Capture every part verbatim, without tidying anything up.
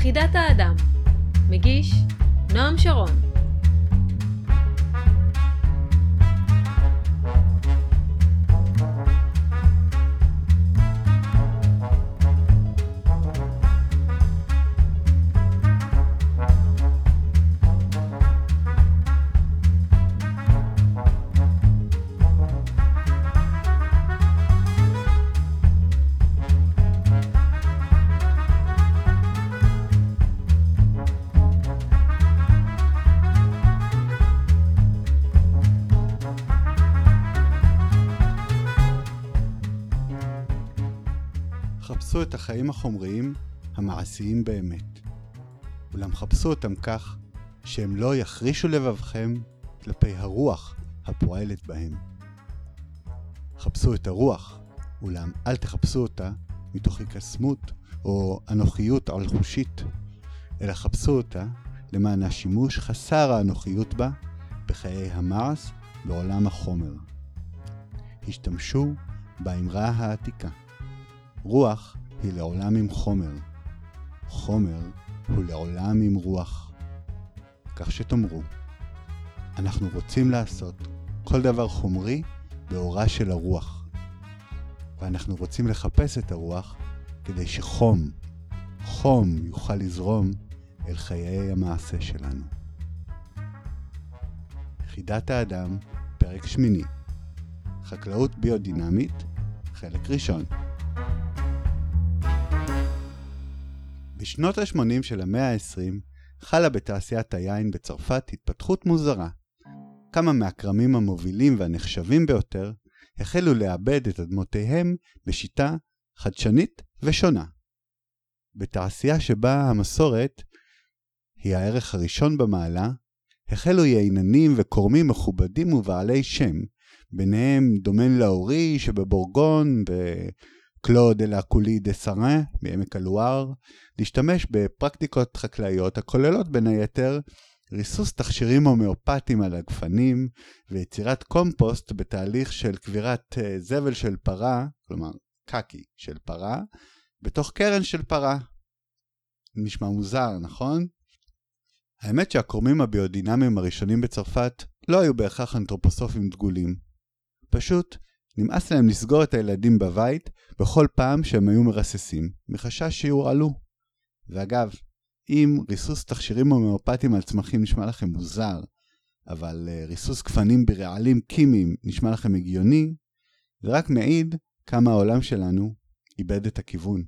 יחידת האדם. מגיש נועם שרון. חפשו את החיים החומריים המעשיים באמת, אולם חפשו אותם כך שהם לא יחרישו לבבכם כלפי הרוח הפועלת בהם. חפשו את הרוח, אולם אל תחפשו אותה מתוך הקסמות או אנוכיות על חושית, אלא חפשו אותה למען השימוש חסר האנוכיות בה בחיי המעש בעולם החומר. השתמשו באמרה העתיקה, רוח היא לעולם עם חומר, חומר הוא לעולם עם רוח. כך שתאמרו, אנחנו רוצים לעשות כל דבר חומרי באורה של הרוח, ואנחנו רוצים לחפש את הרוח כדי שחום, חום יוכל לזרום אל חיי המעשה שלנו. יחידת האדם, פרק שמיני, חקלאות ביודינמית, חלק ראשון. בשנות ה-שמונים של המאה ה-עשרים חלה בתעשיית היין בצרפת התפתחות מוזרה. כמה מהכרמים המובילים והנחשבים ביותר החלו לאבד את אדמותיהם בשיטה חדשנית ושונה. בתעשייה שבה המסורת היא הערך הראשון במעלה, החלו ייננים וקורמים מכובדים ובעלי שם, ביניהם דומיין לאורי שבבורגון, בקלוד אלה קולי דה סרן בעמק הלואר, להשתמש בפרקטיקות חקלאיות הכוללות בין היתר ריסוס תכשירים הומאופטיים על הגפנים ויצירת קומפוסט בתהליך של קבירת זבל של פרה, כלומר קקי של פרה, בתוך קרן של פרה. נשמע מוזר, נכון? האמת שהקורמים הביודינמיים הראשונים בצרפת לא היו בהכרח אנתרופוסופים דגולים. פשוט נמאס להם לסגור את הילדים בבית בכל פעם שהם היו מרססים, מחשש שיורעלו. ואגב, אם ריסוס תכשירים הומאופטיים על צמחים נשמע לכם מוזר, אבל ריסוס גפנים ברעלים קימיים נשמע לכם הגיוני, זה רק מעיד כמה העולם שלנו איבד את הכיוון.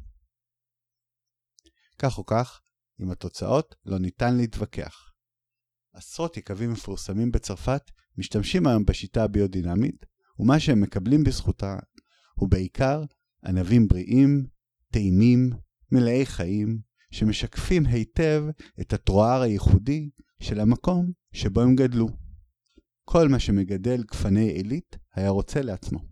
כך או כך, עם התוצאות לא ניתן להתווכח. עשרות יקבים מפורסמים בצרפת משתמשים היום בשיטה הביודינמית, ומה שהם מקבלים בזכותה הוא בעיקר ענבים בריאים, טעימים, מלאי חיים, שמשקפים היטב את הטרואר הייחודי של המקום שבו הם גדלו. כל מה שמגדל גפני עילית היה רוצה לעצמו.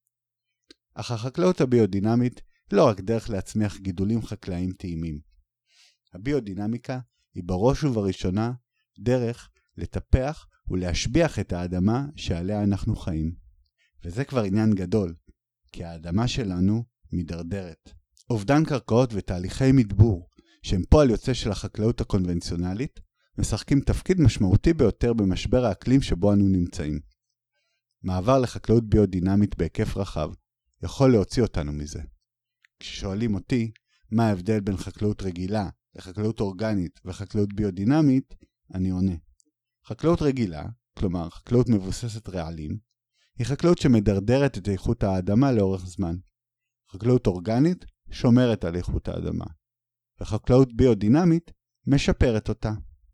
אך החקלאות הביודינמית לא רק דרך להצמיח גידולים חקלאיים טעימים. הביודינמיקה היא בראש ובראשונה דרך לטפח ולהשביח את האדמה שעליה אנחנו חיים. וזה כבר עניין גדול, כי האדמה שלנו מדרדרת. אובדן קרקעות ותהליכי מדבור, שהם פועל יוצא של החקלאות הקונבנציונלית, משחקים תפקיד משמעותי ביותר במשבר האקלים שבו אנו נמצאים. מעבר לחקלאות ביודינמית בהיקף רחב יכול להוציא אותנו מזה. כששואלים אותי מה ההבדל בין חקלאות רגילה לחקלאות אורגנית וחקלאות ביודינמית, אני עונה. חקלאות רגילה, כלומר חקלאות מבוססת רעלים, היא חקלאות שמדרדרת את איכות האדמה לאורך זמן. חקלאות אורגנית שומרת על איכות האדמה, וחקלאות ביודינמית משפרת אותה.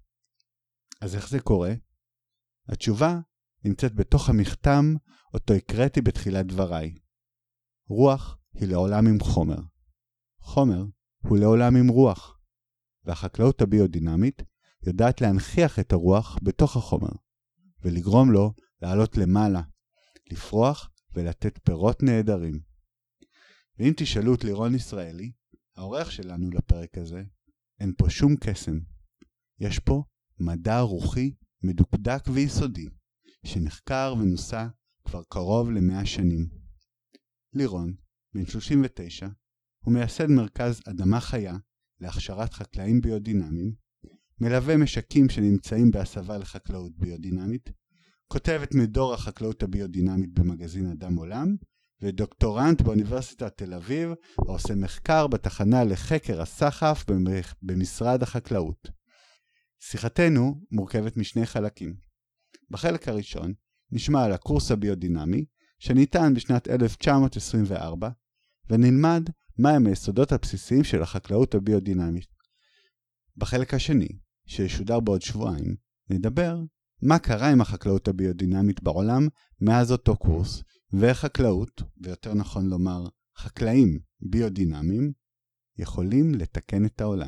אז איך זה קורה? התשובה נמצאת בתוך המכתם אותו הקראתי בתחילת דבריי. רוח היא לעולם עם חומר. חומר הוא לעולם עם רוח. והחקלאות הביודינמית יודעת להנכיח את הרוח בתוך החומר, ולגרום לו לעלות למעלה, לפרוח ולתת פירות נהדרים. ואם תשאלו את לירון ישראלי, העורך שלנו לפרק הזה, אין פה שום קסם. יש פה מדע רוחי מדוקדק ויסודי, שנחקר ונוסע כבר קרוב למאה שנים. לירון, בן שלושים ותשע, הוא מייסד מרכז אדמה חיה להכשרת חקלאים ביודינמיים, מלווה משקים שנמצאים בהסבה לחקלאות ביודינמית, כותב את מדור החקלאות הביודינמית במגזין אדם עולם, ודוקטורנט באוניברסיטת תל אביב, העושה מחקר בתחנה לחקר הסחף במשרד החקלאות. שיחתנו מורכבת משני חלקים. בחלק הראשון נשמע על הקורס הביודינמי, שניתן בשנת אלף תשע מאות עשרים וארבע, ונלמד מהם היסודות הבסיסיים של החקלאות הביודינמית. בחלק השני, שישודר בעוד שבועיים, נדבר מה קרה עם החקלאות הביודינמית בעולם מאז אותו קורס, ואיך חקלאות, ויותר נכון לומר חקלאים ביודינמיים, יכולים לתקן את העולם.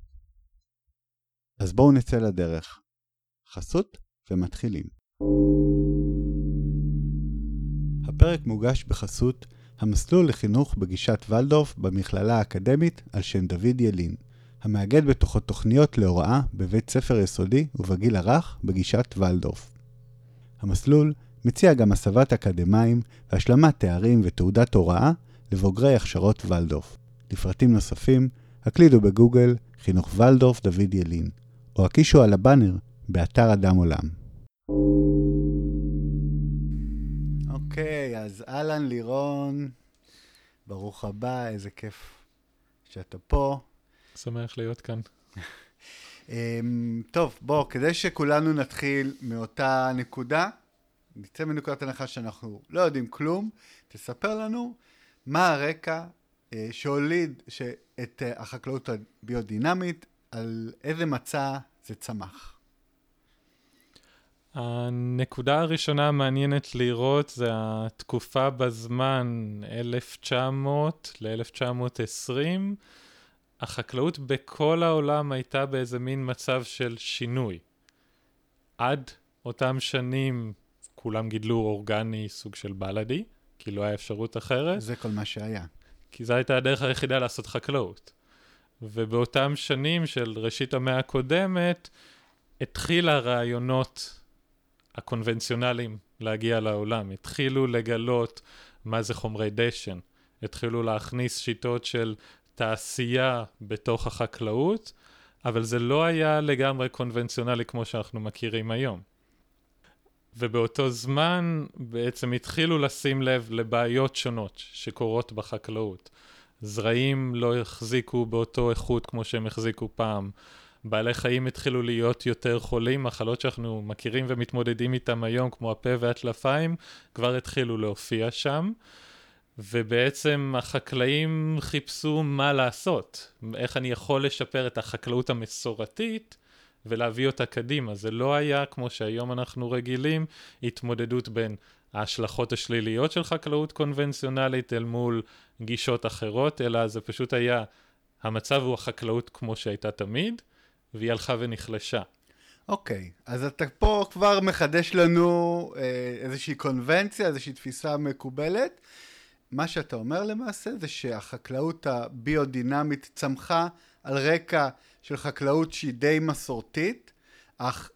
אז בואו נצא לדרך. חסות ומתחילים. הפרק מוגש בחסות המסלול לחינוך בגישת ולדורף במכללה האקדמית על שם דוד ילין, המאגד בתוכו תוכניות להוראה בבית ספר יסודי ובגיל הרך בגישת ולדורף. המסלול מציע גם הסבת אקדמיים והשלמת תארים ותעודת הוראה לבוגרי הכשרות ולדורף. לפרטים נוספים, הקלידו בגוגל חינוך ולדורף דוד ילין, או הקישו על הבאנר באתר אדם עולם. אוקיי, אז אהלן לירון, ברוך הבא, איזה כיף שאתה פה. שמח להיות כאן. טוב, בוא, כדי שכולנו נתחיל מאותה נקודה, נצא מנקודת הנחה שאנחנו לא יודעים כלום, תספר לנו מה הרקע שהוליד את החקלאות הביודינמית, על איזה מצע זה צמח. הנקודה הראשונה המעניינת לראות זה התקופה בזמן אלף תשע מאות ל-אלף תשע מאות עשרים. החקלאות בכל העולם הייתה באיזה מין מצב של שינוי. עד אותם שנים כולם גידלו אורגני, סוג של בלדי, כי לא היה אפשרות אחרת. זה כל מה שהיה. כי זו הייתה הדרך היחידה לעשות חקלאות. ובאותם שנים של ראשית המאה הקודמת, התחיל הרעיונות הקונבנציונליים להגיע לעולם. התחילו לגלות מה זה חומרי דשן. התחילו להכניס שיטות של תעשייה בתוך החקלאות, אבל זה לא היה לגמרי קונבנציונלי כמו שאנחנו מכירים היום. ובאותו זמן בעצם התחילו לשים לב לבעיות שונות שקורות בחקלאות. זרעים לא החזיקו באותו איכות כמו שהם החזיקו פעם. בעלי חיים התחילו להיות יותר חולים, מחלות שאנחנו מכירים ומתמודדים איתם היום, כמו הפה והטלפיים, כבר התחילו להופיע שם. ובעצם החקלאים חיפשו מה לעשות. איך אני יכול לשפר את החקלאות המסורתית ולהביא אותה קדימה. זה לא היה, כמו שהיום אנחנו רגילים, התמודדות בין ההשלכות השליליות של חקלאות קונבנציונלית אל מול גישות אחרות, אלא זה פשוט היה, המצב הוא החקלאות כמו שהייתה תמיד, והיא הלכה ונחלשה. אוקיי, אז אתה פה כבר מחדש לנו אה, איזושהי קונבנציה, איזושהי תפיסה מקובלת. מה שאתה אומר למעשה זה שהחקלאות הביודינמית צמחה על רקע של חקלאות שהיא די מסורתית, אך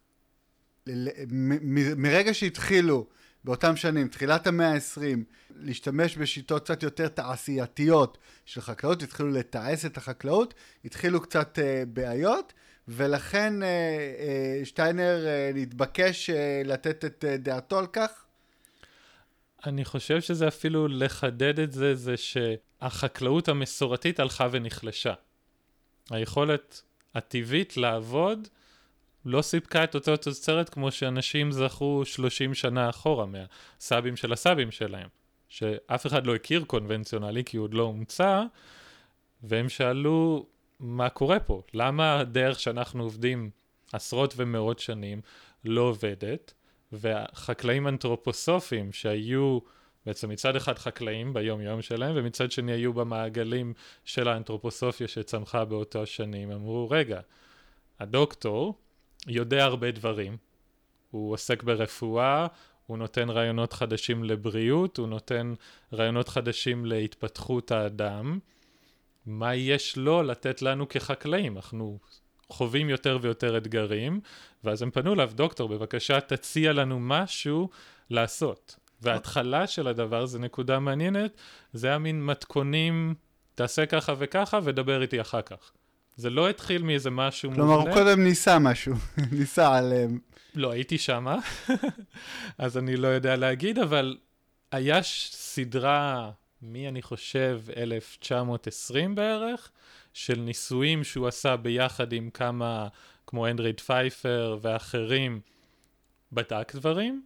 מ- מרגע שהתחילו באותם שנים, תחילת המאה ה-עשרים, להשתמש בשיטות קצת יותר תעשייתיות של חקלאות, התחילו לתעש את החקלאות, התחילו קצת uh, בעיות, ולכן uh, uh, שטיינר uh, נתבקש uh, לתת את uh, דעתו על כך. אני חושב שזה אפילו לחדד את זה, זה שהחקלאות המסורתית הלכה ונחלשה. היכולת הטבעית לעבוד לא סיפקה את אותו תוצרת כמו שאנשים זכרו שלושים שנה אחורה מהסבים של הסבים שלהם, שאף אחד לא הכיר קונבנציונלי כי הוא עוד לא הומצא, והם שאלו מה קורה פה, למה הדרך שאנחנו עובדים עשרות ומאות שנים לא עובדת, והחקלאים אנתרופוסופיים שהיו בעצם מצד אחד חקלאים ביום יום שלהם, ומצד שני היו במעגלים של האנתרופוסופיה שצמחה באותו שנים, אמרו רגע, הדוקטור יודע הרבה דברים, הוא עוסק ברפואה, הוא נותן רעיונות חדשים לבריאות, הוא נותן רעיונות חדשים להתפתחות האדם, מה יש לו לתת לנו כחקלאים? אנחנו חווים יותר ויותר אתגרים, ואז הם פנו אליו, דוקטור, בבקשה תציע לנו משהו לעשות. וההתחלה של הדבר, זה נקודה מעניינת, זה היה מין מתכונים, תעשה ככה וככה ודבר איתי אחר כך. זה לא התחיל מאיזה משהו כלומר, מובנה. הוא קודם ניסה משהו, ניסה על... לא, הייתי שמה, אז אני לא יודע להגיד, אבל היה סדרה, מי אני חושב, אלף תשע מאות עשרים בערך, של ניסויים שהוא עשה ביחד עם כמה, כמו אנדריד פייפר ואחרים, בדק דברים,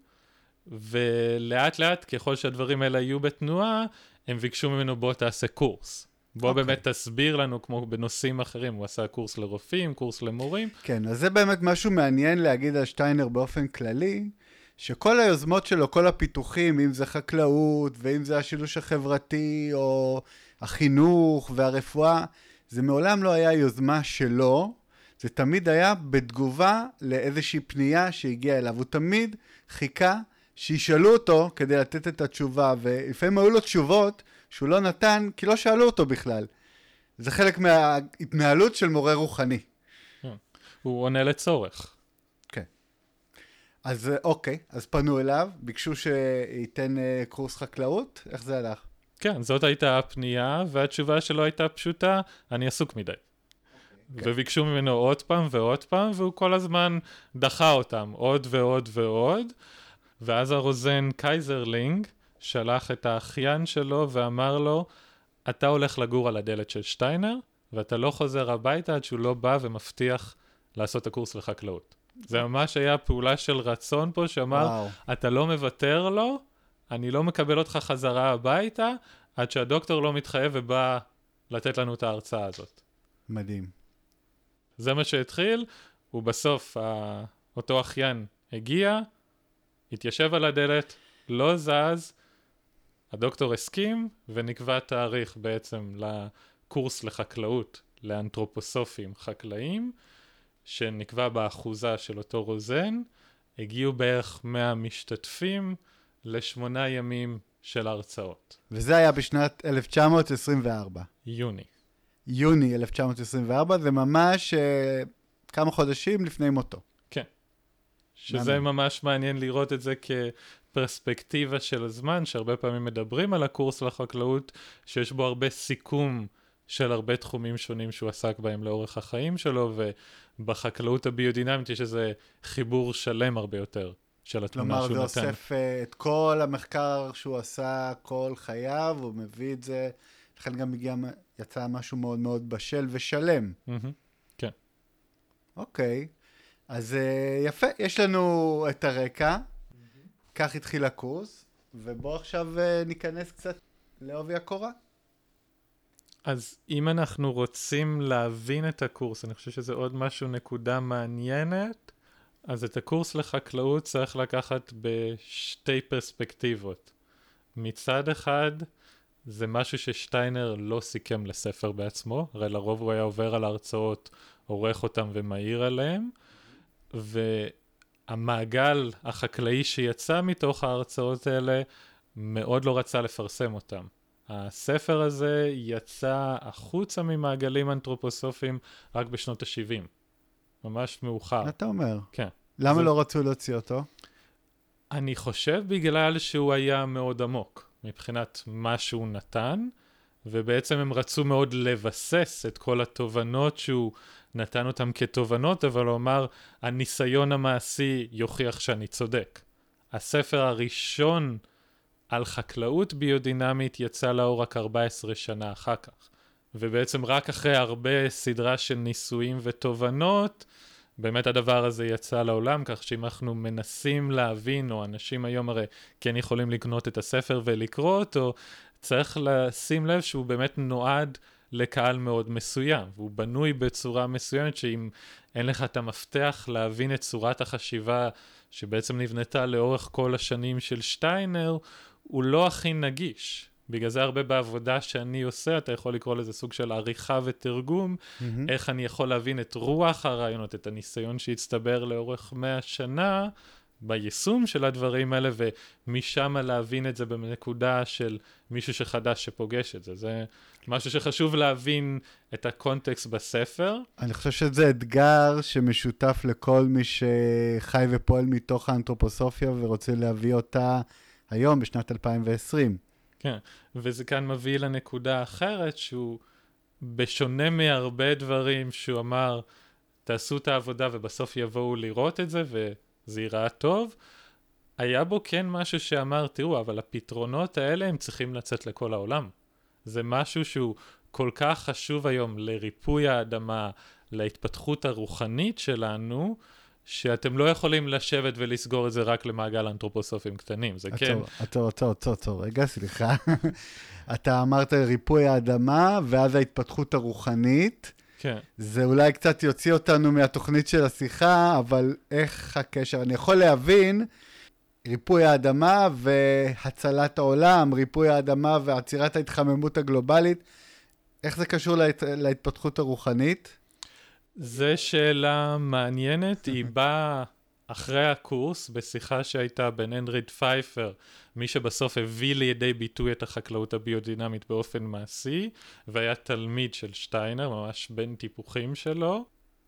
ולאט לאט, ככל שהדברים האלה היו בתנועה, הם ביקשו ממנו בוא תעשה קורס. בוא okay. באמת תסביר לנו, כמו בנושאים אחרים, הוא עשה קורס לרופאים, קורס למורים. כן, אז זה באמת משהו מעניין להגיד על שטיינר באופן כללי, שכל היוזמות שלו, כל הפיתוחים, אם זה חקלאות, ואם זה השילוש החברתי, או החינוך והרפואה, זה מעולם לא היה יוזמה שלו, זה תמיד היה בתגובה לאיזושהי פנייה שהגיעה אליו. הוא תמיד חיכה שישאלו אותו כדי לתת את התשובה, ולפעמים היו לו תשובות שהוא לא נתן, כי לא שאלו אותו בכלל. זה חלק מההתנהלות של מורה רוחני. הוא עונה לצורך. כן. אז אוקיי, אז פנו אליו, ביקשו שייתן קורס חקלאות, איך זה הלך? כן, זאת הייתה הפנייה, והתשובה שלו הייתה פשוטה, אני עסוק מדי. Okay. וביקשו ממנו עוד פעם ועוד פעם, והוא כל הזמן דחה אותם, עוד ועוד ועוד, ואז הרוזן קייזרלינג שלח את האחיין שלו ואמר לו, אתה הולך לגור על הדלת של שטיינר, ואתה לא חוזר הביתה עד שהוא לא בא ומבטיח לעשות את הקורס לחקלאות. זה ממש היה פעולה של רצון פה, שאמר, וואו. אתה לא מוותר לו, אני לא מקבל אותך חזרה הביתה, עד שהדוקטור לא מתחייב ובא לתת לנו את ההרצאה הזאת. מדהים. זה מה שהתחיל, ובסוף ה... אותו אחיין הגיע, התיישב על הדלת, לא זז, הדוקטור הסכים, ונקבע תאריך בעצם לקורס לחקלאות, לאנתרופוסופים חקלאים, שנקבע באחוזה של אותו רוזן, הגיעו בערך מאה משתתפים לשמונה ימים של הרצאות. וזה היה בשנת אלף תשע מאות עשרים וארבע. יוני. יוני אלף תשע מאות עשרים וארבע, זה ממש uh, כמה חודשים לפני מותו. כן. שזה ממש מעניין לראות את זה כפרספקטיבה של הזמן, שהרבה פעמים מדברים על הקורס לחקלאות, שיש בו הרבה סיכום של הרבה תחומים שונים שהוא עסק בהם לאורך החיים שלו, ובחקלאות הביודינמית יש איזה חיבור שלם הרבה יותר של התמונה שהוא נתן. כלומר, זה אוסף uh, את כל המחקר שהוא עשה כל חייו, הוא מביא את זה, לכן גם הגיע, יצא משהו מאוד מאוד בשל ושלם. Mm-hmm. כן. אוקיי. אז uh, יפה, יש לנו את הרקע, mm-hmm. כך התחיל הקורס, ובוא עכשיו uh, ניכנס קצת לעובי הקורה. אז אם אנחנו רוצים להבין את הקורס, אני חושב שזה עוד משהו, נקודה מעניינת, אז את הקורס לחקלאות צריך לקחת בשתי פרספקטיבות. מצד אחד, זה משהו ששטיינר לא סיכם לספר בעצמו, הרי לרוב הוא היה עובר על ההרצאות, עורך אותם ומעיר עליהם, והמעגל החקלאי שיצא מתוך ההרצאות האלה, מאוד לא רצה לפרסם אותם. הספר הזה יצא החוצה ממעגלים אנתרופוסופיים רק בשנות ה-שבעים. ממש מאוחר. מה אתה אומר? כן. למה זה... לא רצו להוציא אותו? אני חושב בגלל שהוא היה מאוד עמוק מבחינת מה שהוא נתן, ובעצם הם רצו מאוד לבסס את כל התובנות שהוא נתן אותם כתובנות, אבל הוא אמר, הניסיון המעשי יוכיח שאני צודק. הספר הראשון על חקלאות ביודינמית יצא לאור רק ארבע עשרה שנה אחר כך. ובעצם רק אחרי הרבה סדרה של ניסויים ותובנות, באמת הדבר הזה יצא לעולם, כך שאם אנחנו מנסים להבין, או אנשים היום הרי כן יכולים לקנות את הספר ולקרוא אותו, צריך לשים לב שהוא באמת נועד לקהל מאוד מסוים, והוא בנוי בצורה מסוימת שאם אין לך את המפתח להבין את צורת החשיבה שבעצם נבנתה לאורך כל השנים של שטיינר, הוא לא הכי נגיש. בגלל זה הרבה בעבודה שאני עושה, אתה יכול לקרוא לזה סוג של עריכה ותרגום, mm-hmm. איך אני יכול להבין את רוח הרעיונות, את הניסיון שהצטבר לאורך מאה שנה, ביישום של הדברים האלה, ומשם להבין את זה בנקודה של מישהו שחדש שפוגש את זה. זה משהו שחשוב להבין את הקונטקסט בספר. אני חושב שזה אתגר שמשותף לכל מי שחי ופועל מתוך האנתרופוסופיה, ורוצה להביא אותה היום בשנת אלפיים ועשרים. כן, וזה כאן מביא לנקודה אחרת שהוא בשונה מהרבה דברים שהוא אמר, תעשו את העבודה ובסוף יבואו לראות את זה וזה ייראה טוב, היה בו כן משהו שאמר, תראו, אבל הפתרונות האלה הם צריכים לצאת לכל העולם. זה משהו שהוא כל כך חשוב היום לריפוי האדמה, להתפתחות הרוחנית שלנו, שאתם לא יכולים לשבת ולסגור את זה רק למעגל אנתרופוסופים קטנים. זה כן... עצור, עצור, עצור, עצור, רגע, סליחה. אתה אמרת ריפוי האדמה, ואז ההתפתחות הרוחנית. כן. זה אולי קצת יוציא אותנו מהתוכנית של השיחה, אבל איך הקשר? אני יכול להבין ריפוי האדמה והצלת העולם, ריפוי האדמה ועצירת ההתחממות הגלובלית. איך זה קשור להת... להתפתחות הרוחנית? זו שאלה מעניינת, היא באה אחרי הקורס, בשיחה שהייתה בין הנדריד פייפר, מי שבסוף הביא לידי ביטוי את החקלאות הביודינמית באופן מעשי, והיה תלמיד של שטיינר, ממש בין טיפוחים שלו,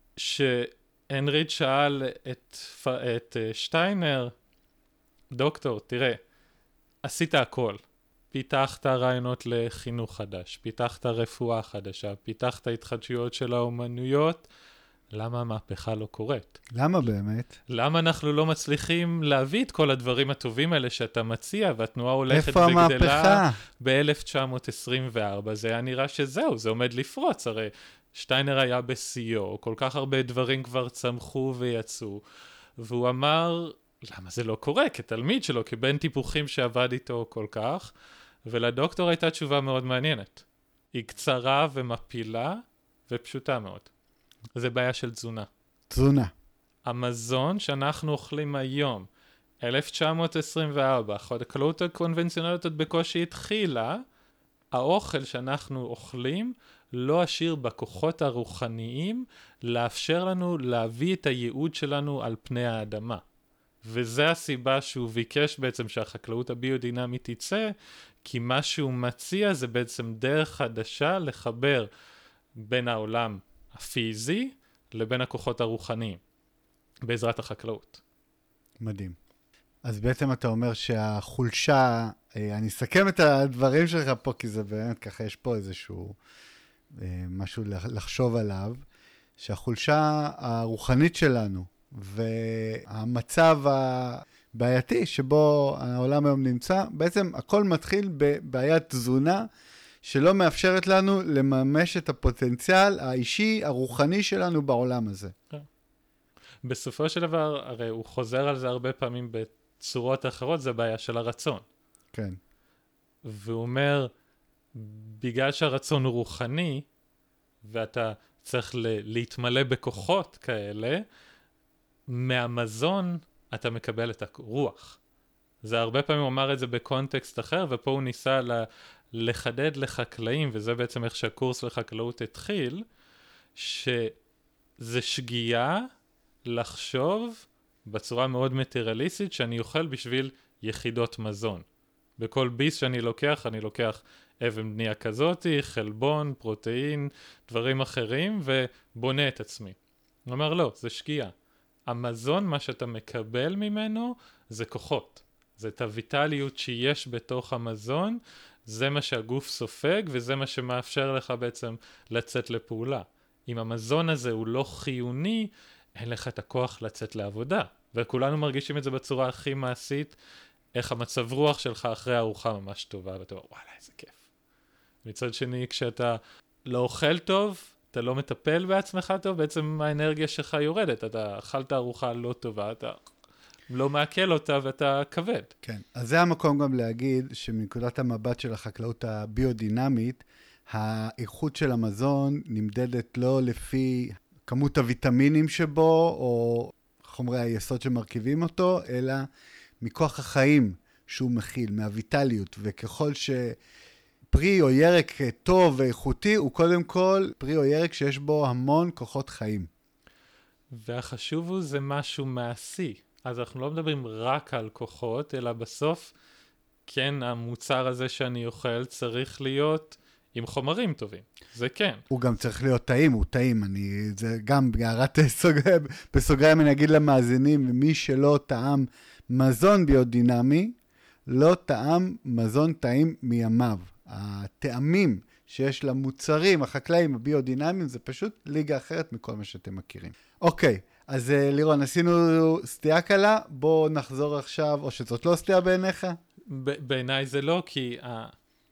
שהנדריד שאל את, את שטיינר, דוקטור, תראה, עשית הכל. פיתחת רעיונות לחינוך חדש, פיתחת רפואה חדשה, פיתחת התחדשויות של האומנויות, למה המהפכה לא קורית? למה באמת? למה אנחנו לא מצליחים להביא את כל הדברים הטובים האלה שאתה מציע, והתנועה הולכת איפה וגדלה ב-אלף תשע מאות עשרים וארבע, זה היה נראה שזהו, זה עומד לפרוץ, הרי שטיינר היה בשיאו, כל כך הרבה דברים כבר צמחו ויצאו, והוא אמר, למה זה לא קורה? כתלמיד שלו, כבן טיפוחים שעבד איתו כל כך, ולדוקטור הייתה תשובה מאוד מעניינת. היא קצרה ומפילה ופשוטה מאוד. זה בעיה של תזונה. תזונה. המזון שאנחנו אוכלים היום, אלף תשע מאות עשרים וארבע, החקלאות הקונבנציונלית עוד בקושי התחילה, האוכל שאנחנו אוכלים לא עשיר בכוחות הרוחניים לאפשר לנו להביא את הייעוד שלנו על פני האדמה. וזה הסיבה שהוא ביקש בעצם שהחקלאות הביודינמית תצא, כי מה שהוא מציע זה בעצם דרך חדשה לחבר בין העולם הפיזי לבין הכוחות הרוחניים, בעזרת החקלאות. מדהים. אז בעצם אתה אומר שהחולשה, אני אסכם את הדברים שלך פה, כי זה באמת ככה, יש פה איזשהו משהו לחשוב עליו, שהחולשה הרוחנית שלנו, והמצב הבעייתי שבו העולם היום נמצא, בעצם הכל מתחיל בבעיית תזונה, שלא מאפשרת לנו לממש את הפוטנציאל האישי, הרוחני שלנו בעולם הזה. בסופו של דבר, הרי הוא חוזר על זה הרבה פעמים בצורות אחרות, זה בעיה של הרצון. כן. והוא אומר, בגלל שהרצון הוא רוחני, ואתה צריך להתמלא בכוחות כאלה, מהמזון אתה מקבל את הרוח. זה הרבה פעמים הוא אמר את זה בקונטקסט אחר, ופה הוא ניסה ל- לחדד לחקלאים, וזה בעצם איך שהקורס לחקלאות התחיל, שזה שגיאה לחשוב בצורה מאוד מטריאליסטית שאני אוכל בשביל יחידות מזון. בכל ביס שאני לוקח, אני לוקח אבן בנייה כזאת, חלבון, פרוטאין, דברים אחרים, ובונה את עצמי. הוא אומר, לא, זה שגיאה. המזון, מה שאתה מקבל ממנו, זה כוחות. זה את הויטליות שיש בתוך המזון, זה מה שהגוף סופג, וזה מה שמאפשר לך בעצם לצאת לפעולה. אם המזון הזה הוא לא חיוני, אין לך את הכוח לצאת לעבודה. וכולנו מרגישים את זה בצורה הכי מעשית, איך המצב רוח שלך אחרי הארוחה ממש טובה, ואתה אומר, וואלה, איזה כיף. מצד שני, כשאתה לא אוכל טוב, אתה לא מטפל בעצמך טוב, בעצם האנרגיה שלך יורדת. אתה אכלת ארוחה לא טובה, אתה לא מעכל אותה ואתה כבד. כן, אז זה המקום גם להגיד שמנקודת המבט של החקלאות הביודינמית, האיכות של המזון נמדדת לא לפי כמות הוויטמינים שבו, או חומרי היסוד שמרכיבים אותו, אלא מכוח החיים שהוא מכיל, מהוויטליות, וככל שפרי או ירק טוב ואיכותי, הוא קודם כל פרי או ירק שיש בו המון כוחות חיים. והחשוב הוא זה משהו מעשי. אז אנחנו לא מדברים רק על כוחות, אלא בסוף, כן, המוצר הזה שאני אוכל צריך להיות עם חומרים טובים. זה כן. הוא גם צריך להיות טעים, הוא טעים. אני, זה גם בהערת סוגריים, בסוגריים אני אגיד למאזינים, מי שלא טעם מזון ביודינמי, לא טעם מזון טעים מימיו. הטעמים שיש למוצרים החקלאיים הביודינמיים, זה פשוט ליגה אחרת מכל מה שאתם מכירים. אוקיי, אז לירון, עשינו סטייה קלה, בואו נחזור עכשיו, או שזאת לא סטייה בעיניך? בעיניי זה לא, כי ה...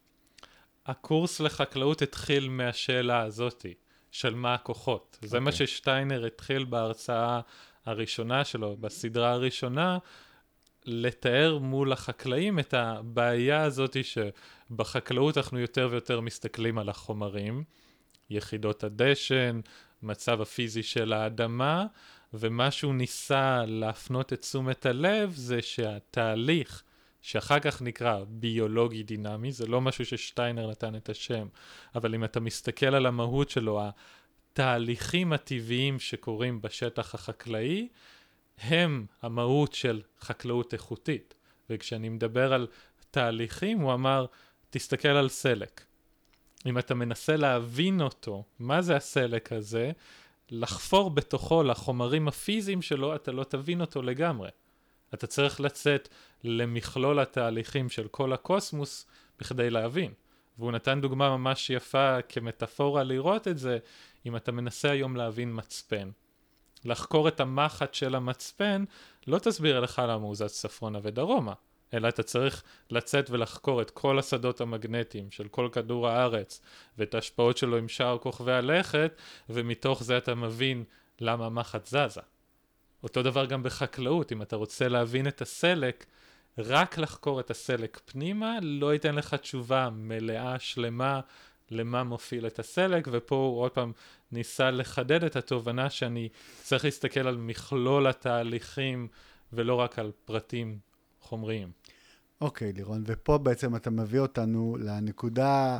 הקורס לחקלאות התחיל מהשאלה הזאת, של מה הכוחות. זה מה ששטיינר התחיל בהרצאה הראשונה שלו, בסדרה הראשונה, לתאר מול החקלאים את הבעיה הזאת שבחקלאות אנחנו יותר ויותר מסתכלים על החומרים, יחידות הדשן, מצב הפיזי של האדמה, ומה שהוא ניסה להפנות את תשומת הלב זה שהתהליך שאחר כך נקרא ביולוגי דינמי, זה לא משהו ששטיינר נתן את השם, אבל אם אתה מסתכל על המהות שלו, התהליכים הטבעיים שקורים בשטח החקלאי, הם המהות של חקלאות איכותית. וכשאני מדבר על תהליכים, הוא אמר, תסתכל על סלק. אם אתה מנסה להבין אותו, מה זה הסלק הזה, לחפור בתוכו לחומרים הפיזיים שלו, אתה לא תבין אותו לגמרי. אתה צריך לצאת למכלול התהליכים של כל הקוסמוס בכדי להבין. והוא נתן דוגמה ממש יפה כמטאפורה לראות את זה, אם אתה מנסה היום להבין מצפן. לחקור את המחט של המצפן, לא תסביר לך למה הוא זז צפונה ודרומה, אלא אתה צריך לצאת ולחקור את כל השדות המגנטיים של כל כדור הארץ, ואת ההשפעות שלו עם שאר כוכבי הלכת, ומתוך זה אתה מבין למה המחט זזה. אותו דבר גם בחקלאות, אם אתה רוצה להבין את הסלק, רק לחקור את הסלק פנימה, לא ייתן לך תשובה מלאה, שלמה, למה מוביל את הסלק, ופה הוא עוד פעם ניסה לחדד את התובנה שאני צריך להסתכל על מכלול התהליכים, ולא רק על פרטים חומריים. אוקיי, לירון, ופה בעצם אתה מביא אותנו לנקודה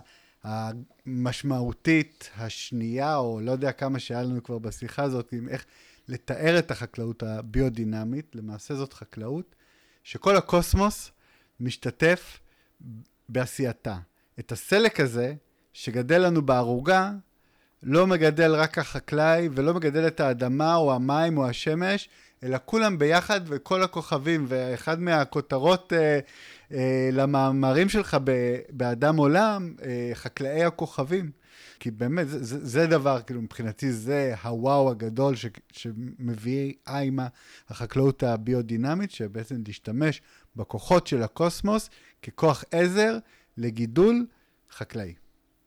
המשמעותית השנייה, או לא יודע כמה שהיה לנו כבר בשיחה הזאת, עם איך לתאר את החקלאות הביודינמית. למעשה זאת חקלאות שכל הקוסמוס משתתף בעשייתה. את הסלק הזה שגדל לנו בערוגה, לא מגדל רק החקלאי, ולא מגדל את האדמה או המים או השמש, אלא כולם ביחד וכל הכוכבים. ואחד מהכותרות אה, אה, למאמרים שלך ב- באדם עולם, אה, חקלאי הכוכבים. כי באמת, זה, זה, זה דבר, כאילו מבחינתי זה הוואו הגדול ש, שמביא אימה החקלאות הביודינמית, שבעצם להשתמש בכוחות של הקוסמוס ככוח עזר לגידול חקלאי.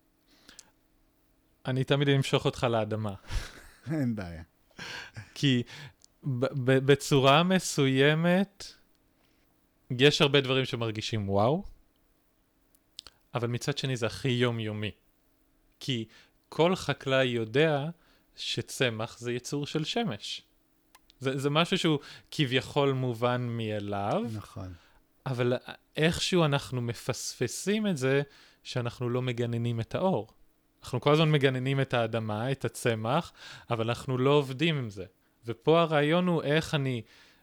אני תמיד אמשוך אותך לאדמה. אין בעיה. כי ב- ב- בצורה מסוימת, יש הרבה דברים שמרגישים וואו, אבל מצד שני זה הכי יומיומי. כי כל חקלאי יודע שצמח זה יצור של שמש. זה, זה משהו שהוא כביכול מובן מאליו. נכון. אבל איכשהו אנחנו מפספסים את זה שאנחנו לא מגננים את האור. אנחנו כל הזמן מגננים את האדמה, את הצמח, אבל אנחנו לא עובדים עם זה. ופה הרעיון הוא איך אני,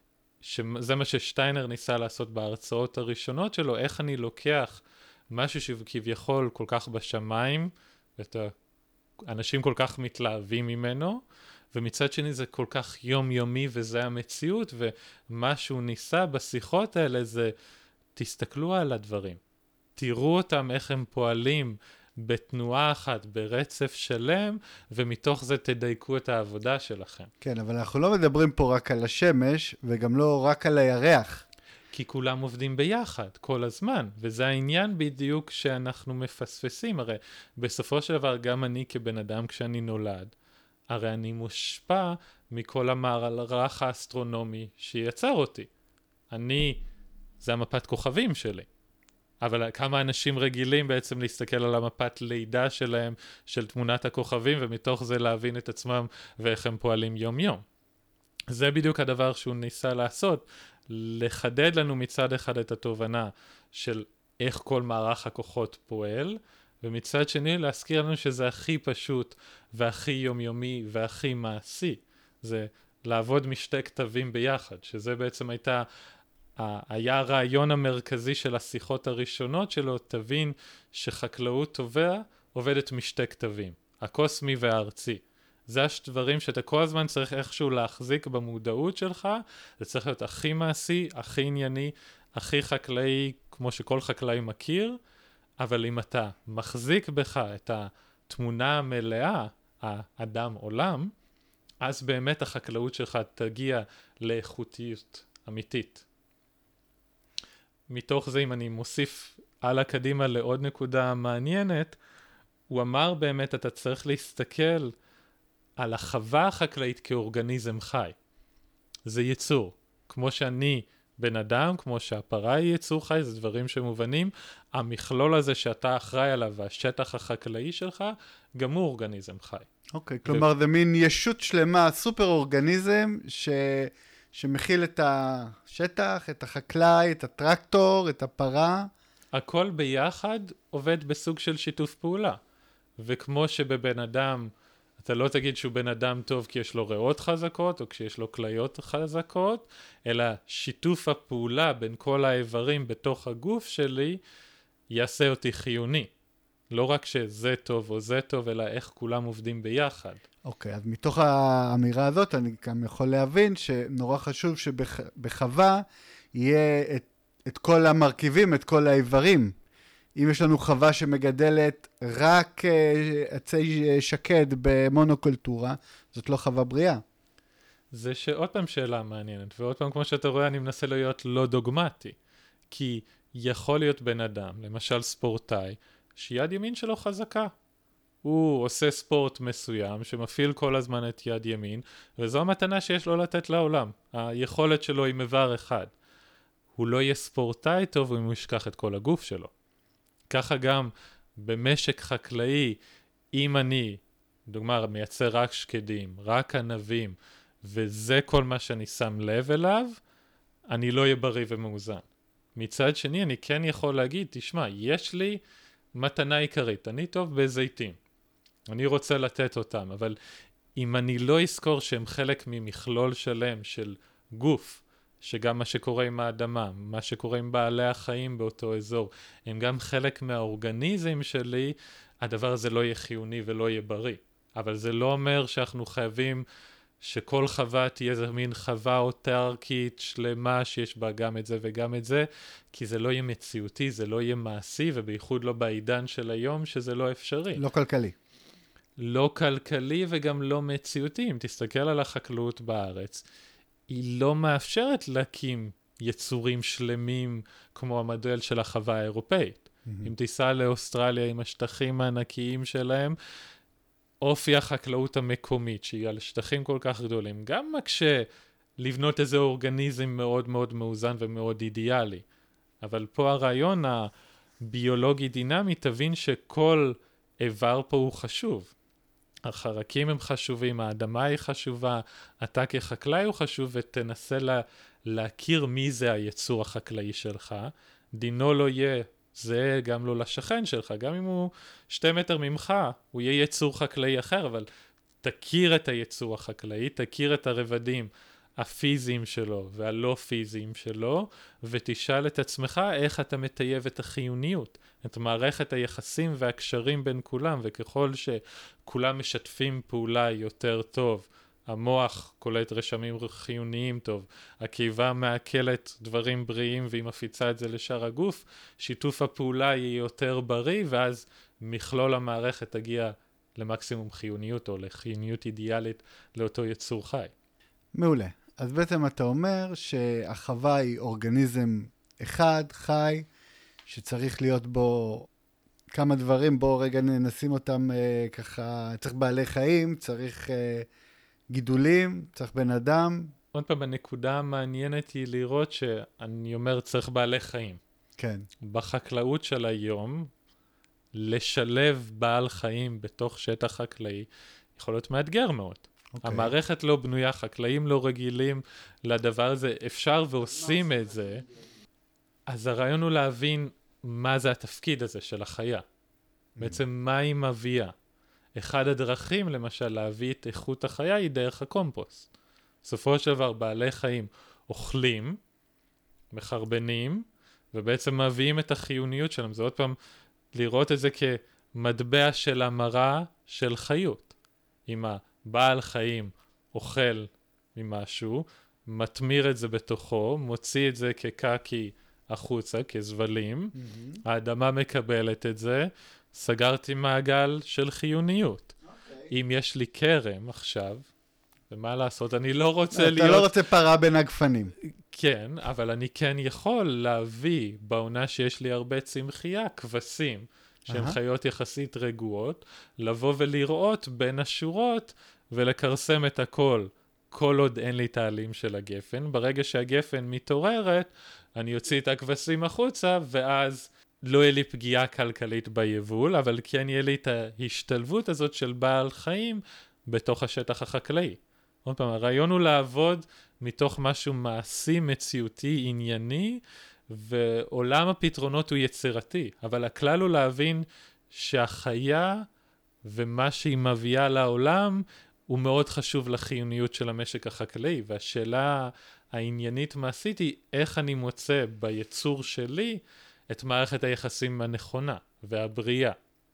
שזה מה ששטיינר ניסה לעשות בהרצאות הראשונות שלו, איך אני לוקח משהו שכביכול כל כך בשמיים, ואת האנשים כל כך מתלהבים ממנו, ומצד שני זה כל כך יומיומי וזה המציאות, ומה שהוא ניסה בשיחות האלה זה, תסתכלו על הדברים, תראו אותם איך הם פועלים בתנועה אחת, ברצף שלם, ומתוך זה תדייקו את העבודה שלכם. כן, אבל אנחנו לא מדברים פה רק על השמש, וגם לא רק על הירח. כי כולם עובדים ביחד, כל הזמן, וזה העניין בדיוק שאנחנו מפספסים. הרי בסופו של דבר, גם אני כבן אדם כשאני נולד, הרי אני מושפע מכל המערך האסטרונומי שיצר אותי. אני, זה המפת כוכבים שלי. אבל כמה אנשים רגילים בעצם להסתכל על המפת לידה שלהם, של תמונת הכוכבים, ומתוך זה להבין את עצמם ואיך הם פועלים יום יום. זה בדיוק הדבר שהוא ניסה לעשות, לחדד לנו מצד אחד את התובנה של איך כל מערך הכוחות פועל, ומצד שני להזכיר לנו שזה הכי פשוט והכי יומיומי והכי מעשי. זה לעבוד משתי כתבים ביחד, שזה בעצם הייתה, היה הרעיון המרכזי של השיחות הראשונות שלו, תבין שחקלאות טובה עובדת משתי כתבים, הקוסמי והארצי. זה הדברים שאתה כל הזמן צריך איכשהו להחזיק במודעות שלך, זה צריך להיות הכי מעשי, הכי ענייני, הכי חקלאי, כמו שכל חקלאי מכיר, אבל אם אתה מחזיק בך את התמונה המלאה, האדם עולם, אז באמת החקלאות שלך תגיע לאיכותיות אמיתית. מתוך זה, אם אני מוסיף הלאה קדימה לעוד נקודה מעניינת, הוא אמר באמת, אתה צריך להסתכל על החווה החקלאית כאורגניזם חי. זה יצור. כמו שאני בן אדם, כמו שהפרה היא יצור חי, זה דברים שמובנים. המכלול הזה שאתה אחראי עליו, והשטח החקלאי שלך, גם הוא אורגניזם חי. אוקיי, okay, כלומר, זה מין ישות שלמה, סופר אורגניזם, ש... שמכיל את השטח, את החקלאי, את הטרקטור, את הפרה. הכל ביחד עובד בסוג של שיתוף פעולה. וכמו שבבן אדם, אתה לא תגיד שהוא בן אדם טוב כי יש לו ריאות חזקות, או כשיש לו כליות חזקות, אלא שיתוף הפעולה בין כל האיברים בתוך הגוף שלי, יעשה אותי חיוני. לא רק שזה טוב או זה טוב, אלא איך כולם עובדים ביחד. אוקיי, okay, אז מתוך האמירה הזאת אני גם יכול להבין שנורא חשוב שבחווה יהיה את, את כל המרכיבים, את כל האיברים. אם יש לנו חווה שמגדלת רק uh, עצי שקד במונוקולטורה, זאת לא חווה בריאה. זה שעוד פעם שאלה מעניינת, ועוד פעם כמו שאתה רואה אני מנסה להיות לא דוגמטי, כי יכול להיות בן אדם, למשל ספורטאי, שיד ימין שלו חזקה. הוא עושה ספורט מסוים שמפעיל כל הזמן את יד ימין, וזו המתנה שיש לו לתת לעולם. היכולת שלו היא מבר אחד. הוא לא יהיה ספורטאי טוב אם הוא ישכח את כל הגוף שלו. ככה גם במשק חקלאי, אם אני, דוגמה, מייצר רק שקדים, רק ענבים, וזה כל מה שאני שם לב אליו, אני לא אהיה בריא ומאוזן. מצד שני, אני כן יכול להגיד, תשמע, יש לי מתנה עיקרית, אני טוב בזיתים. אני רוצה לתת אותם, אבל אם אני לא אזכור שהם חלק ממכלול שלם של גוף, שגם מה שקורה עם האדמה, מה שקורה עם בעלי החיים באותו אזור, הם גם חלק מהאורגניזם שלי, הדבר הזה לא יהיה חיוני ולא יהיה בריא. אבל זה לא אומר שאנחנו חייבים שכל חווה תהיה זו מין חווה אוטרקית שלמה שיש בה גם את זה וגם את זה, כי זה לא יהיה מציאותי, זה לא יהיה מעשי, ובייחוד לא בעידן של היום שזה לא אפשרי. לא כלכלי. לא כלכלי וגם לא מציאותי. אם תסתכל על החקלאות בארץ, היא לא מאפשרת להקים יצורים שלמים כמו המודל של החווה האירופאית. Mm-hmm. אם תיסע לאוסטרליה עם השטחים הענקיים שלהם, אופי החקלאות המקומית, שהיא על שטחים כל כך גדולים, גם מקשה לבנות איזה אורגניזם מאוד מאוד מאוזן ומאוד אידיאלי. אבל פה הרעיון הביולוגי דינמי, תבין שכל איבר פה הוא חשוב. החרקים הם חשובים, האדמה היא חשובה, אתה כחקלאי הוא חשוב, ותנסה לה, להכיר מי זה היצור החקלאי שלך. דינו לא יהיה זה גם לא לשכן שלך, גם אם הוא שתי מטר ממך, הוא יהיה יצור חקלאי אחר, אבל תכיר את היצור החקלאי, תכיר את הרבדים הפיזיים שלו והלא פיזיים שלו, ותשאל את עצמך איך אתה מטייב את החיוניות, את מערכת היחסים והקשרים בין כולם, וככל שכולם משתפים פעולה יותר טוב, המוח קולט רשמים חיוניים טוב, הקיבה מעכלת דברים בריאים והיא מפיצה את זה לשאר הגוף, שיתוף הפעולה יהיה יותר בריא, ואז מכלול המערכת תגיע למקסימום חיוניות או לחיוניות אידיאלית לאותו יצור חי. מעולה. אז בעצם אתה אומר שהחווה היא אורגניזם אחד, חי, שצריך להיות בו כמה דברים, בו רגע נשים אותם אה, ככה, צריך בעלי חיים, צריך אה, גידולים, צריך בן אדם. עוד פעם, הנקודה המעניינת היא לראות שאני אומר צריך בעלי חיים. כן. בחקלאות של היום, לשלב בעל חיים בתוך שטח חקלאי, יכול להיות מאתגר מאוד. Okay. המערכת לא בנויה, חקלאים לא רגילים לדבר הזה, אפשר ועושים את זה, אז הרעיון הוא להבין מה זה התפקיד הזה של החיה. Mm. בעצם מה היא מביאה. אחד הדרכים, למשל, להביא את איכות החיה היא דרך הקומפוסט. בסופו של דבר, בעלי חיים אוכלים, מחרבנים, ובעצם מביאים את החיוניות שלהם. זה עוד פעם לראות את זה כמטבע של המרה של חיות. אם הבעל חיים אוכל ממשהו, מתמיר את זה בתוכו, מוציא את זה כקקי החוצה כזבלים, האדמה מקבלת את זה, סגרתי מעגל של חיוניות. אם יש לי כרם עכשיו, ומה לעשות, אני לא רוצה אתה להיות... לא רוצה פרה בין הגפנים. כן, אבל אני כן יכול להביא בעונה שיש לי הרבה צמחייה, כבשים, שהן חיות יחסית רגועות, לבוא ולראות בין השורות ולקרסם את הכל, כל עוד אין לי תעלים של הגפן. ברגע שהגפן מתעוררת, אני אוציא את הכבשים החוצה, ואז לא יהיה לי פגיעה כלכלית ביבול, אבל כן יהיה לי את ההשתלבות הזאת של בעל חיים בתוך השטח החקלאי. עוד פעם, הרעיון הוא לעבוד מתוך משהו מעשי, מציאותי, ענייני, ועולם הפתרונות הוא יצירתי, אבל הכלל הוא להבין שהחיה ומה שהיא מביאה לעולם הוא מאוד חשוב לחיוניות של המשק החקלאי, והשאלה העניינית מעשית היא איך אני מוצא ביצור שלי את מערכת היחסים הנכונה והבריאה.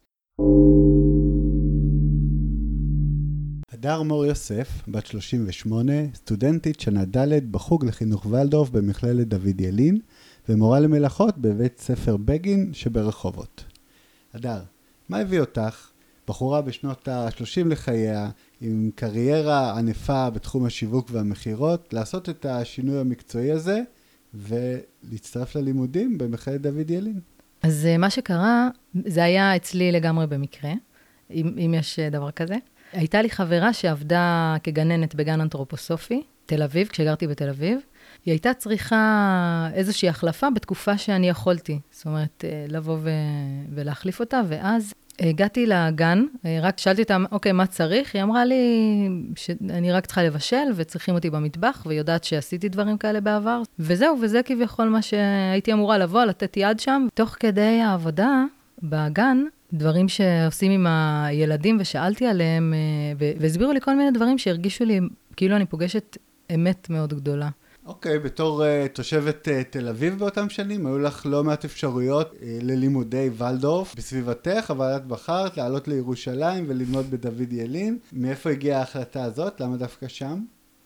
הדר מור יוסף, בת שלושים ושמונה, סטודנטית שנה ד' בחוג לחינוך ולדורף במכללת דוד ילין, ומורה למלאכות בבית ספר בגין שברחובות. הדר, מה הביא אותך, בחורה בשנות ה-שלושים לחייה, עם קריירה ענפה בתחום השיווק והמחירות, לעשות את השינוי המקצועי הזה, ולהצטרף ללימודים במכללת דוד ילין? אז מה שקרה, זה היה אצלי לגמרי במקרה, אם, אם יש דבר כזה. הייתה לי חברה שעבדה כגננת בגן אנתרופוסופי, תל אביב, כשגרתי בתל אביב. היא הייתה צריכה איזושהי החלפה בתקופה שאני יכולתי. זאת אומרת, לבוא ו... ולהחליף אותה, ואז הגעתי לגן, רק שאלתי אותה, אוקיי, מה צריך? היא אמרה לי שאני רק צריכה לבשל, וצריכים אותי במטבח, ויודעת שעשיתי דברים כאלה בעבר. וזהו, וזה כביכול מה שהייתי אמורה לבוא, לתת יד שם. תוך כדי העבודה בגן, דברים שעושים עם הילדים, ושאלתי עליהם, והסבירו לי כל מיני דברים שהרגישו לי, כאילו אני פוגשת אמת מאוד גדולה. אוקיי, okay, בתור uh, תושבת uh, תל אביב באותם שנים, היו לך לא מעט אפשרויות uh, ללימודי ולדורף בסביבתך, אבל את בחרת לעלות לירושלים וללמוד בדוד ילין. מאיפה הגיעה ההחלטה הזאת? למה דווקא שם?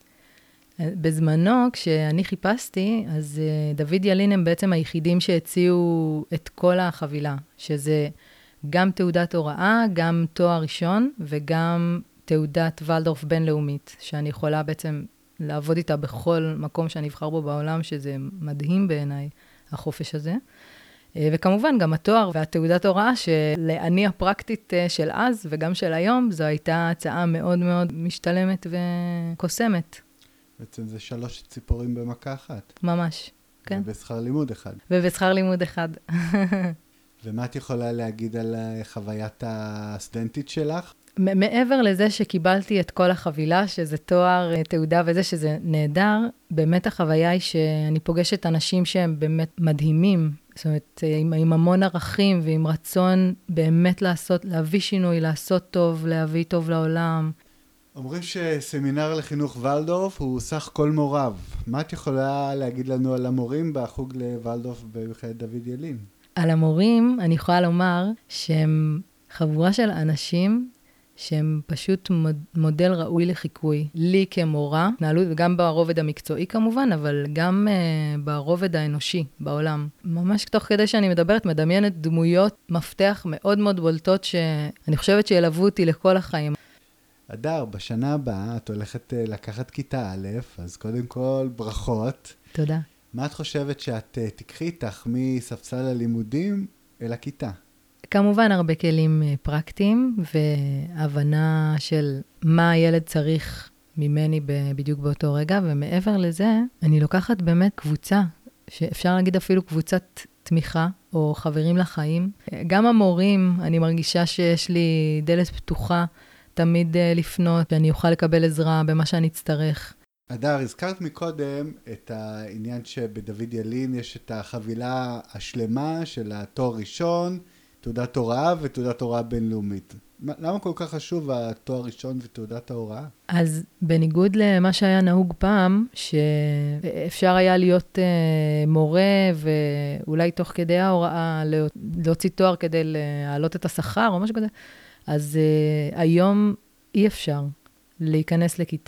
בזמנו, כשאני חיפשתי, אז uh, דוד ילין הם בעצם היחידים שהציעו את כל החבילה, שזה גם תעודת הוראה, גם תואר ראשון, וגם תעודת ולדורף בינלאומית, שאני יכולה בעצם לעבוד איתה בכל מקום שאני אבחר בו בעולם, שזה מדהים בעיניי, החופש הזה. וכמובן, גם התואר והתעודת הוראה, שלעני הפרקטית של אז וגם של היום, זו הייתה הצעה מאוד מאוד משתלמת וקוסמת. בעצם זה שלוש ציפורים במכה אחת. ממש, כן. ובשכר לימוד אחד. ובשכר לימוד אחד. ומה את יכולה להגיד על חוויית הסטודנטית שלך? מעבר לזה שקיבלתי את כל החבילה, שזה תואר, תעודה וזה, שזה נהדר, באמת החוויה היא שאני פוגשת אנשים שהם באמת מדהימים, זאת אומרת, עם, עם המון ערכים ועם רצון באמת לעשות, להביא שינוי, לעשות טוב, להביא טוב לעולם. אומרים שסמינר לחינוך ולדורף הוא סך כל מוריו. מה את יכולה להגיד לנו על המורים בחוג לוולדורף במכללת דוד ילין? על המורים אני יכולה לומר שהם חבורה של אנשים שהם פשוט מודל ראוי לחיקוי. לי כמורה, נעלות, וגם ברובד המקצועי כמובן, אבל גם uh, ברובד האנושי בעולם. ממש תוך כדי שאני מדברת, מדמיינת דמויות מפתח מאוד מאוד בולטות, שאני חושבת שילוו אותי לכל החיים. הדר, בשנה הבאה את הולכת uh, לקחת כיתה א', אז קודם כל ברכות. תודה. מה את חושבת שאת uh, תקחי איתך מספסל הלימודים אל הכיתה? כמובן הרבה כלים פרקטיים, והבנה של מה הילד צריך ממני בדיוק באותו רגע, ומעבר לזה, אני לוקחת באמת קבוצה, שאפשר להגיד אפילו קבוצת תמיכה, או חברים לחיים. גם המורים, אני מרגישה שיש לי דלת פתוחה, תמיד לפנות, שאני אוכל לקבל עזרה במה שאני אצטרך. הדר, הזכרת מקודם את העניין שבדוד ילין יש את החבילה השלמה של התואר ראשון, תעודת הוראה ותעודת הוראה בינלאומית. למה כל כך חשוב התואר ראשון ותעודת ההוראה? אז בניגוד למה שהיה נהוג פעם, שאפשר היה להיות uh, מורה, ואולי תוך כדי ההוראה להוציא תואר כדי להעלות את השכר או משהו כזה, אז uh, היום אי אפשר להיכנס לכיתה,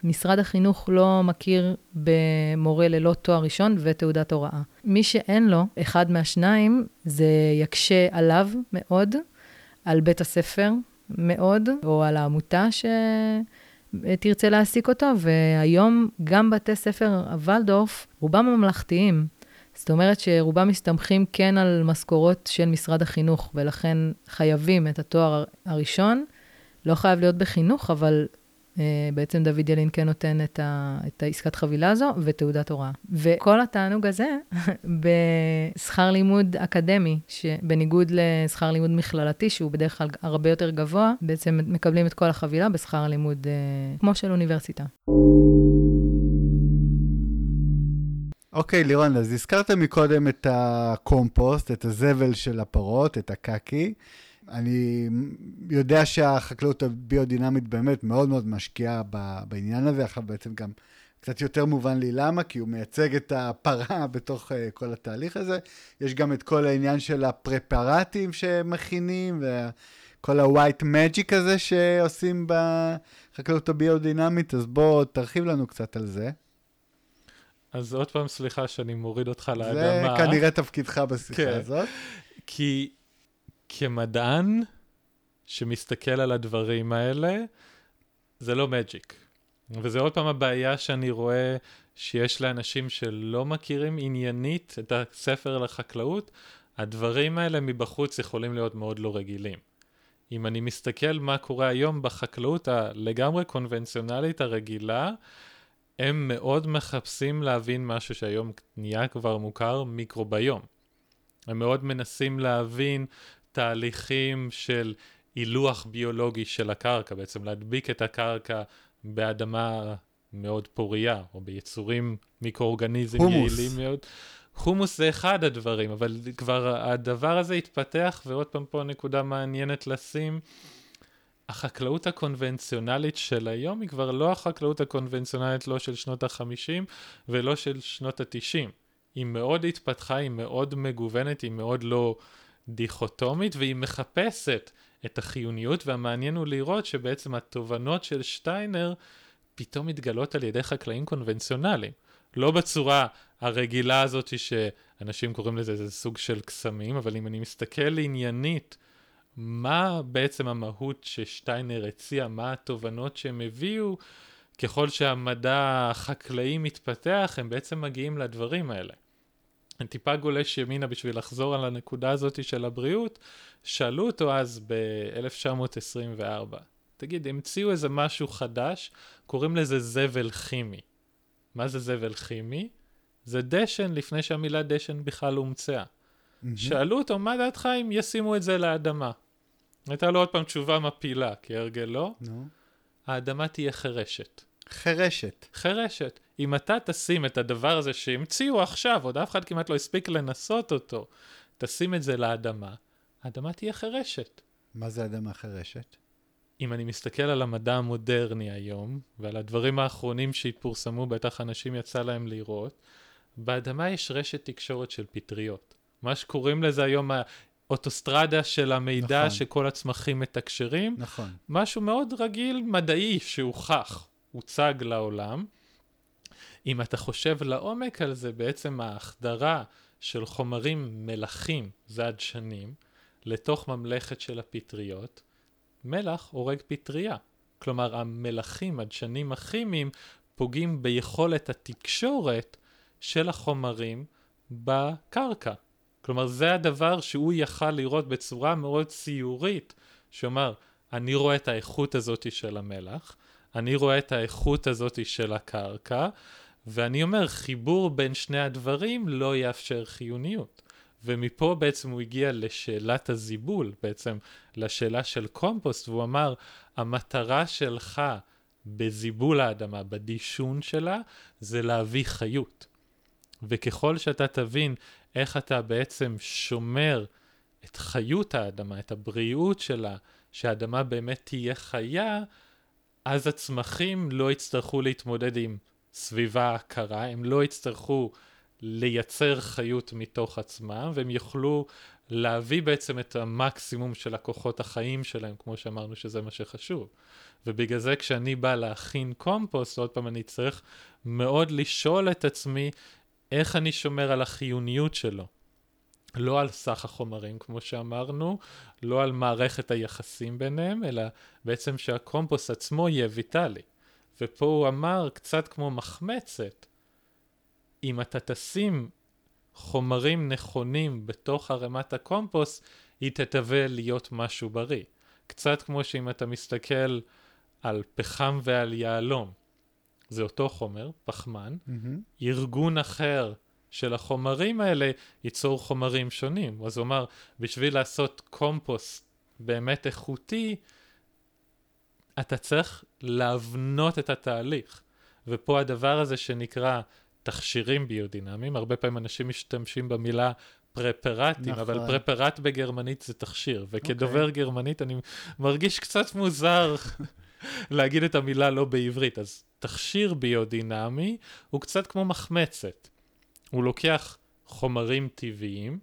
משרד החינוך לא מכיר במורה ללא תואר ראשון ותעודת הוראה. מי שאין לו, אחד מהשניים, זה יקשה עליו מאוד, על בית הספר מאוד, או על העמותה שתרצה להעסיק אותו, והיום גם בתי ספר הוולדורף, רובם ממלכתיים. זאת אומרת שרובם מסתמכים כן על משכורות של משרד החינוך, ולכן חייבים את התואר הראשון. לא חייב להיות בחינוך, אבל uh, בעצם דוד ילין כן נותן את, ה, את העסקת חבילה הזו ותעודת הוראה. וכל התענוג הזה בשכר לימוד אקדמי, שבניגוד לשכר לימוד מכללתי, שהוא בדרך כלל הרבה יותר גבוה, בעצם מקבלים את כל החבילה בשכר לימוד uh, כמו של אוניברסיטה. אוקיי, לירון, אז הזכרת מקודם את הקומפוסט, את הזבל של הפרות, את הקקי. אני יודע שהחקלאות הביודינמית באמת מאוד מאוד משקיעה בעניין הזה, עכשיו בעצם גם קצת יותר מובן לי למה, כי הוא מייצג את הפרה בתוך כל התהליך הזה. יש גם את כל העניין של הפרפרטים שמכינים, וכל ה-white magic הזה שעושים בחקלאות הביודינמית, אז בוא תרחיב לנו קצת על זה. אז עוד פעם סליחה שאני מוריד אותך לאדמה. זה כנראה תפקידך בשיחה כן. הזאת. כי כמדען שמסתכל על הדברים האלה, זה לא מג'יק. וזה עוד פעם הבעיה שאני רואה שיש לאנשים שלא מכירים עניינית את הספר לחקלאות, הדברים האלה מבחוץ יכולים להיות מאוד לא רגילים. אם אני מסתכל מה קורה היום בחקלאות הלגמרי קונבנציונלית הרגילה, הם מאוד מחפשים להבין משהו שהיום נהיה כבר מוכר, מיקרוביום. הם מאוד מנסים להבין תהליכים של הילוח ביולוגי של הקרקע, בעצם להדביק את הקרקע באדמה מאוד פוריה, או ביצורים מיקרואורגניזם יעילים מאוד. חומוס זה אחד הדברים, אבל כבר הדבר הזה התפתח, ועוד פעם פה נקודה מעניינת לשים, החקלאות הקונבנציונלית של היום היא כבר לא החקלאות הקונבנציונלית לא של שנות ה-חמישים ולא של שנות ה-תשעים. היא מאוד התפתחה, היא מאוד מגוונת, היא מאוד לא דיכוטומית, והיא מחפשת את החיוניות, והמעניין הוא לראות שבעצם התובנות של שטיינר פתאום מתגלות על ידי חקלאים קונבנציונליים. לא בצורה הרגילה הזאת שאנשים קוראים לזה, זה סוג של קסמים, אבל אם אני מסתכל עניינית, מה בעצם המהות ששטיינר הציע, מה התובנות שהם הביאו, ככל שהמדע החקלאי מתפתח, הם בעצם מגיעים לדברים האלה. אני טיפה גולש ימינה בשביל לחזור על הנקודה הזאת של הבריאות, שאלו אותו אז ב-אלף תשע מאות עשרים וארבע. תגיד, המציאו איזה משהו חדש, קוראים לזה זבל כימי. מה זה זבל כימי? זה דשן לפני שהמילה דשן בכלל הומצאה. Mm-hmm. שאלו אותו, מה דעתך אם ישימו את זה לאדמה? הייתה לו עוד פעם תשובה מפילה, כי הרגלו, no. האדמה תהיה חרשת. חרשת. חרשת. אם אתה תשים את הדבר הזה שהמציאו עכשיו, עוד אף אחד כמעט לא הספיק לנסות אותו, תשים את זה לאדמה, האדמה תהיה חרשת. מה זה אדמה חרשת? אם אני מסתכל על המדע המודרני היום, ועל הדברים האחרונים שהתפורסמו, בטח אנשים יצא להם לראות, באדמה יש רשת תקשורת של פטריות. מה שקוראים לזה היום האוטוסטרדה של המידע, נכון. שכל הצמחים מתקשרים. נכון. משהו מאוד רגיל, מדעי, שהוכח, הוצג לעולם. אם אתה חושב לעומק על זה, בעצם ההחדרה של חומרים מלחים, זד שנים, לתוך ממלכת של הפטריות, מלח הורג פטריה. כלומר, המלחים, הדשנים הכימיים, פוגעים ביכולת התקשורת של החומרים בקרקע. כלומר, זה הדבר שהוא יכל לראות בצורה מאוד ציורית, שאומר, אני רואה את האיכות הזאת של המלח, אני רואה את האיכות הזאת של הקרקע, ואני אומר, חיבור בין שני הדברים לא יאפשר חיוניות. ומפה בעצם הוא הגיע לשאלת הזיבול, בעצם לשאלה של קומפוסט, והוא אמר, המטרה שלך בזיבול האדמה, בדישון שלה, זה להביא חיות. וככל שאתה תבין איך אתה בעצם שומר את חיות האדמה, את הבריאות שלה, שהאדמה באמת תהיה חיה, אז הצמחים לא יצטרכו להתמודד עם סביבה קרה, הם לא יצטרכו לייצר חיות מתוך עצמם, והם יוכלו להביא בעצם את המקסימום של הכוחות החיים שלהם, כמו שאמרנו שזה מה שחשוב. ובגלל זה כשאני בא להכין קומפוסט, עוד פעם אני צריך מאוד לשאול את עצמי איך אני שומר על החיוניות שלו. לא על סך החומרים, כמו שאמרנו, לא על מערכת היחסים ביניהם, אלא בעצם שהקומפוסט עצמו יהיה ויטלי. ופה הוא אמר, קצת כמו מחמצת, אם אתה תשים חומרים נכונים בתוך הרמת הקומפוסט, היא תתווה להיות משהו בריא. קצת כמו שאם אתה מסתכל על פחם ועל יעלום, זה אותו חומר, פחמן, mm-hmm. ארגון אחר של החומרים האלה ייצור חומרים שונים. אז הוא אומר, בשביל לעשות קומפוסט באמת איכותי, אתה צריך להבנות את התהליך. ופה הדבר הזה שנקרא תכשירים ביודינמיים, הרבה פעמים אנשים משתמשים במילה פרפרטים, נכון. אבל פרפרט בגרמנית זה תכשיר, וכדובר okay. גרמנית אני מרגיש קצת מוזר להגיד את המילה לא בעברית, אז תכשיר ביודינמי הוא קצת כמו מחמצת. הוא לוקח חומרים טבעיים,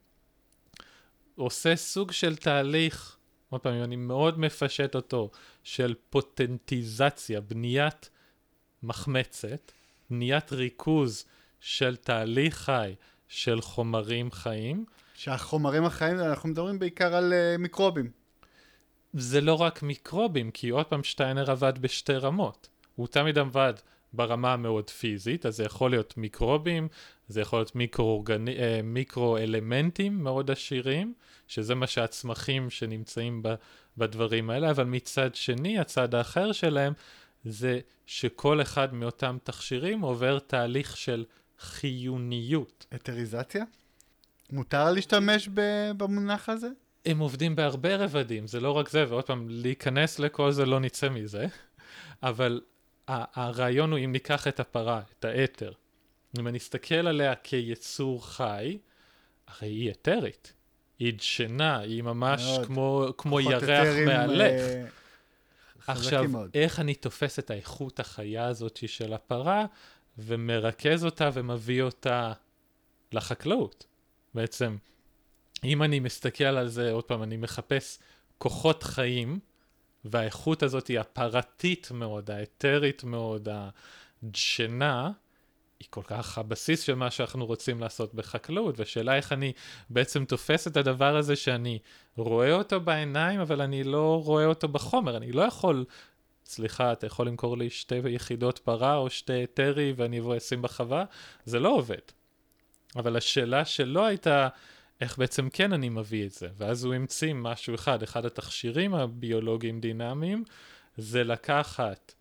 עושה סוג של תהליך, עוד פעם, אני מאוד מפשט אותו, של פוטנטיזציה, בניית מחמצת, בניית ריכוז של תהליך חי, של חומרים חיים. שהחומרים החיים, אנחנו מדברים בעיקר על uh, מיקרובים. זה לא רק מיקרובים, כי עוד פעם שטיינר עבד בשתי רמות. הוא תמיד עבד ברמה המאוד פיזית, אז זה יכול להיות מיקרובים, זה יכול להיות מיקרו-אורגני, אה, מיקרו-אלמנטים מאוד עשירים, שזה מה שהצמחים שנמצאים ב, בדברים האלה, אבל מצד שני, הצד האחר שלהם, זה שכל אחד מאותם תכשירים עובר תהליך של חיוניות. אתריזציה? מותר להשתמש במונח הזה? הם עובדים בהרבה רבדים, זה לא רק זה, ועוד פעם, להיכנס לכל זה לא ניצא מזה, אבל הרעיון הוא אם ניקח את הפרה, את האתר, אם אני אסתכל עליה כיצור חי, הרי היא אתרית, היא דשנה, היא ממש מאוד. כמו, כמו ירח מהלך. אה... עכשיו, איך אני תופס את האיכות החיה הזאת של הפרה, ומרכז אותה ומביא אותה לחקלאות. בעצם, אם אני מסתכל על זה, עוד פעם, אני מחפש כוחות חיים, והאיכות הזאת היא הפרתית מאוד, האתרית מאוד, הדשנה, היא כל כך הבסיס של מה שאנחנו רוצים לעשות בחקלאות, ושאלה איך אני בעצם תופס את הדבר הזה שאני רואה אותו בעיניים, אבל אני לא רואה אותו בחומר, אני לא יכול, סליחה, אתה יכול למכור לי שתי יחידות פרה או שתי אתרי ואני אבוא אשים בחווה, זה לא עובד. אבל השאלה שלו הייתה, איך בעצם כן אני מביא את זה, ואז הוא המציא משהו אחד, אחד התכשירים הביולוגיים דינמיים, זה לקחת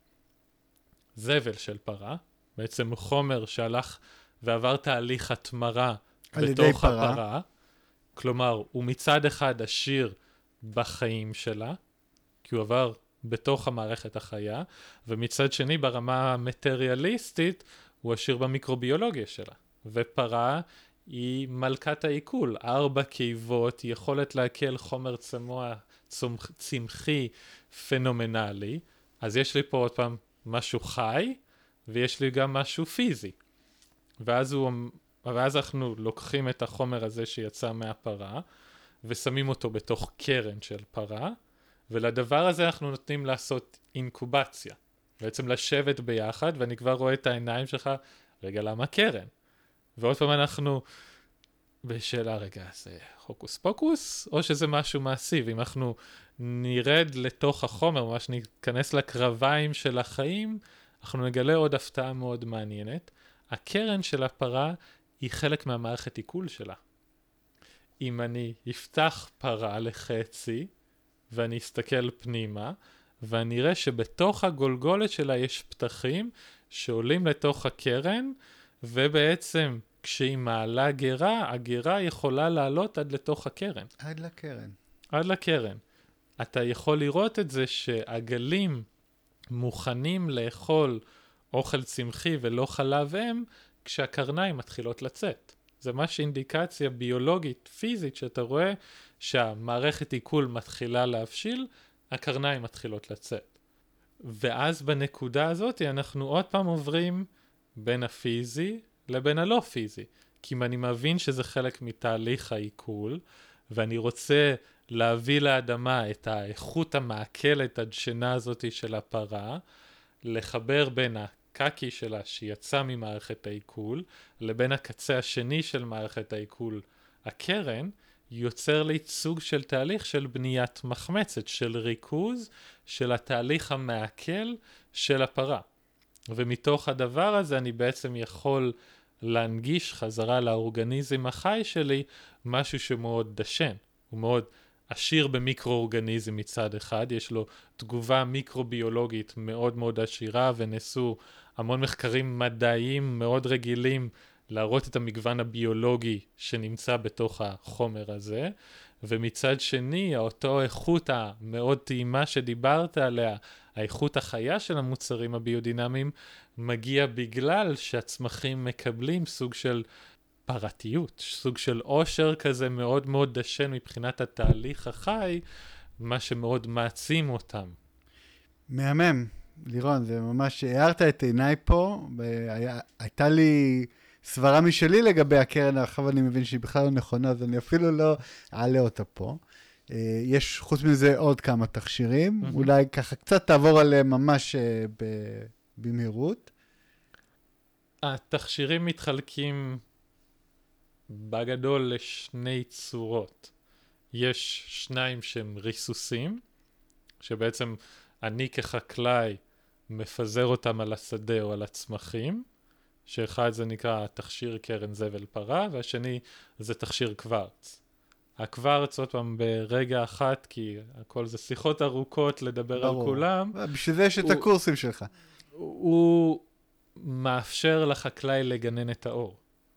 זבל של פרה, בעצם חומר שהלך ועבר תהליך התמרה בתוך הפרה, כלומר, הוא מצד אחד עשיר בחיים שלה, כי הוא עבר בתוך המערכת החיה, ומצד שני ברמה המטריאליסטית, הוא עשיר במיקרוביולוגיה שלה. ופרה היא מלכת העיכול, ארבע קיבות, יכולת להקל חומר צמוח, צומח, צמחי פנומנלי, אז יש לי פה עוד פעם משהו חי, ויש לי גם משהו פיזי. ואז, הוא, ואז אנחנו לוקחים את החומר הזה שיצא מהפרה, ושמים אותו בתוך קרן של פרה, ולדבר הזה אנחנו נותנים לעשות אינקובציה. בעצם לשבת ביחד, ואני כבר רואה את העיניים שלך, רגע, למה קרן? ועוד פעם אנחנו בשאלה, רגע, זה חוקוס פוקוס, או שזה משהו מעשי, ואם אנחנו נרד לתוך החומר, ממש ניכנס לקרביים של החיים, אנחנו נגלה עוד הפתעה מאוד מעניינת. הקרן של הפרה היא חלק מהמערכת עיכול שלה. אם אני אפתח פרה לחצי, ואני אסתכל פנימה, ואני אראה שבתוך הגולגולת שלה יש פתחים שעולים לתוך הקרן, ובעצם כשהיא מעלה גירה, הגירה יכולה לעלות עד לתוך הקרן. עד לקרן. עד לקרן. אתה יכול לראות את זה שהגלים מוכנים לאכול אוכל צמחי ולא חלב אם, כשהקרניים מתחילות לצאת. זה ממש אינדיקציה ביולוגית, פיזית, שאתה רואה שהמערכת עיכול מתחילה להבשיל, הקרניים מתחילות לצאת. ואז בנקודה הזאת אנחנו עוד פעם עוברים בין הפיזי לבין הלא פיזי. כי אם אני מבין שזה חלק מתהליך העיכול, ואני רוצה להביא לאדמה את האיכות המעכלת הדשנה הזאת של הפרה, לחבר בין הקקי שלה שיצא ממערכת העיכול, לבין הקצה השני של מערכת העיכול, הקרן, יוצר לי סוג של תהליך של בניית מחמצת, של ריכוז, של התהליך המעכל של הפרה. ומתוך הדבר הזה אני בעצם יכול להנגיש חזרה לאורגניזם החי שלי משהו שמאוד דשן. הוא מאוד עשיר במיקרואורגניזם מצד אחד, יש לו תגובה מיקרוביולוגית מאוד מאוד עשירה, ונעשו המון מחקרים מדעיים מאוד רגילים להראות את המגוון הביולוגי שנמצא בתוך החומר הזה, ומצד שני, אותו איכות המאוד טעימה שדיברת עליה, האיכות החיה של המוצרים הביודינמיים, מגיע בגלל שהצמחים מקבלים סוג של פרטיות, סוג של עושר כזה מאוד מאוד דשן מבחינת התהליך החי, מה שמאוד מעצים אותם. מהמם, לירון, זה ממש, הערת את עיניי פה, והיה, הייתה לי סברה משלי לגבי הקרן, עכשיו אני מבין שהיא בכלל לא נכונה, אז אני אפילו לא אעלה אותה פה. יש חוץ מזה עוד כמה תכשירים, mm-hmm. אולי ככה קצת תעבור עליהם ממש ב- במהירות. התכשירים מתחלקים בגדול לשני צורות. יש שניים שהם ריסוסים, שבעצם אני כחקלאי מפזר אותם על השדה או על הצמחים, שאחד זה נקרא תכשיר קרן זבל פרה, והשני זה תכשיר קוורץ. הקוורץ עוד פעם ברגע אחת, כי הכל זה שיחות ארוכות לדבר ברור. על כולם. בשביל זה יש את הוא, הקורסים שלך. הוא מאפשר לחקלאי לגנן את האור.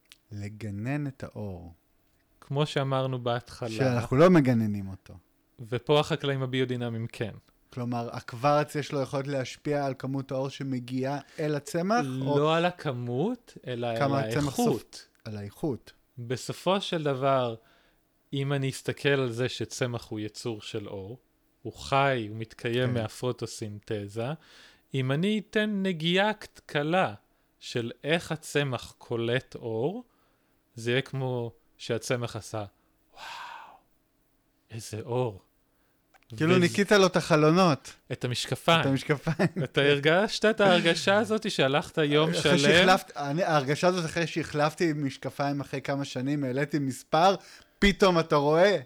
לגנן את האור. כמו שאמרנו בהתחלה. שאנחנו לא מגננים אותו. ופה החקלאים הביודינמיים כן. כלומר, הקוורץ יש לו יכולת להשפיע על כמות האור שמגיעה אל הצמח? לא או... על הכמות, אלא על האיכות. סוף... על האיכות. בסופו של דבר, אם אני אסתכל על זה שצמח הוא יצור של אור, הוא חי, הוא מתקיים כן. מהפוטוסינתזה, אם אני אתן נגיעה קלה של איך הצמח קולט אור, זה יהיה כמו שהצמח עשה, וואו, איזה אור. כאילו וזה... ניקית לו את החלונות. את המשקפיים. את המשקפיים. אתה הרגשת את ההרגשה הזאת שהלכת יום שלם? שהחלפת, אני, ההרגשה הזאת אחרי שהחלפתי משקפיים אחרי כמה שנים, העליתי מספר, פתאום אתה רואה.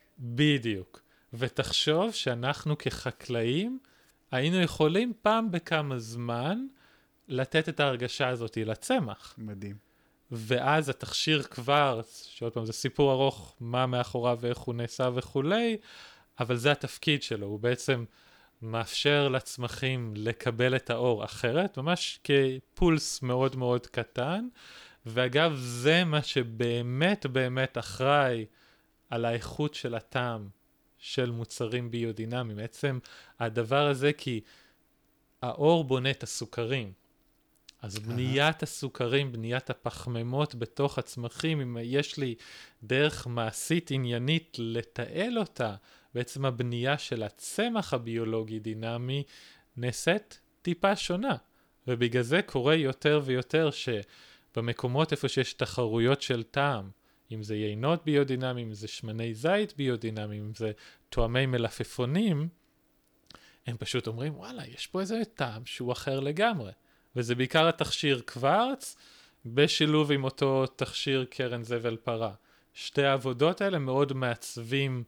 בדיוק. ותחשוב שאנחנו כחקלאים, היינו יכולים פעם בכמה זמן לתת את ההרגשה הזאת לצמח. מדהים. ואז התכשיר קוורץ, שעוד פעם זה סיפור ארוך, מה מאחוריו ואיך הוא נעשה וכולי, אבל זה התפקיד שלו, הוא בעצם מאפשר לצמחים לקבל את האור אחרת, ממש כפולס מאוד מאוד קטן, ואגב זה מה שבאמת באמת אחראי על האיכות של הטעם של מוצרים ביודינמיים. בעצם הדבר הזה כי האור בונה את הסוכרים, אז בניית הסוכרים, בניית הפחמימות בתוך הצמחים, אם יש לי דרך מעשית עניינית לתעל אותה, בעצם הבנייה של הצמח הביולוגי דינמי נעשית טיפה שונה. ובגלל זה קורה יותר ויותר שבמקומות איפה שיש תחרויות של טעם, אם זה יינות ביודינמיים, אם זה שמני זית ביודינמיים, אם זה תואמי מלפפונים, הם פשוט אומרים, וואלה, יש פה איזה טעם שהוא אחר לגמרי. וזה בעיקר התכשיר קוורץ, בשילוב עם אותו תכשיר קרן זבל פרה. שתי העבודות האלה מאוד מעצבים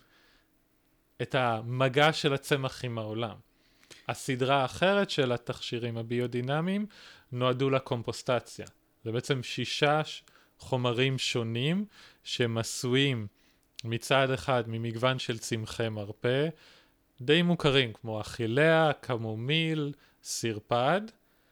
את המגע של הצמח עם העולם. הסדרה האחרת של התכשירים הביודינמיים נועדו לקומפוסטציה. זה בעצם שישה חומרים שונים שמסויים מצד אחד ממגוון של צמחי מרפא, די מוכרים כמו אכיליה, קמומיל, סירפד,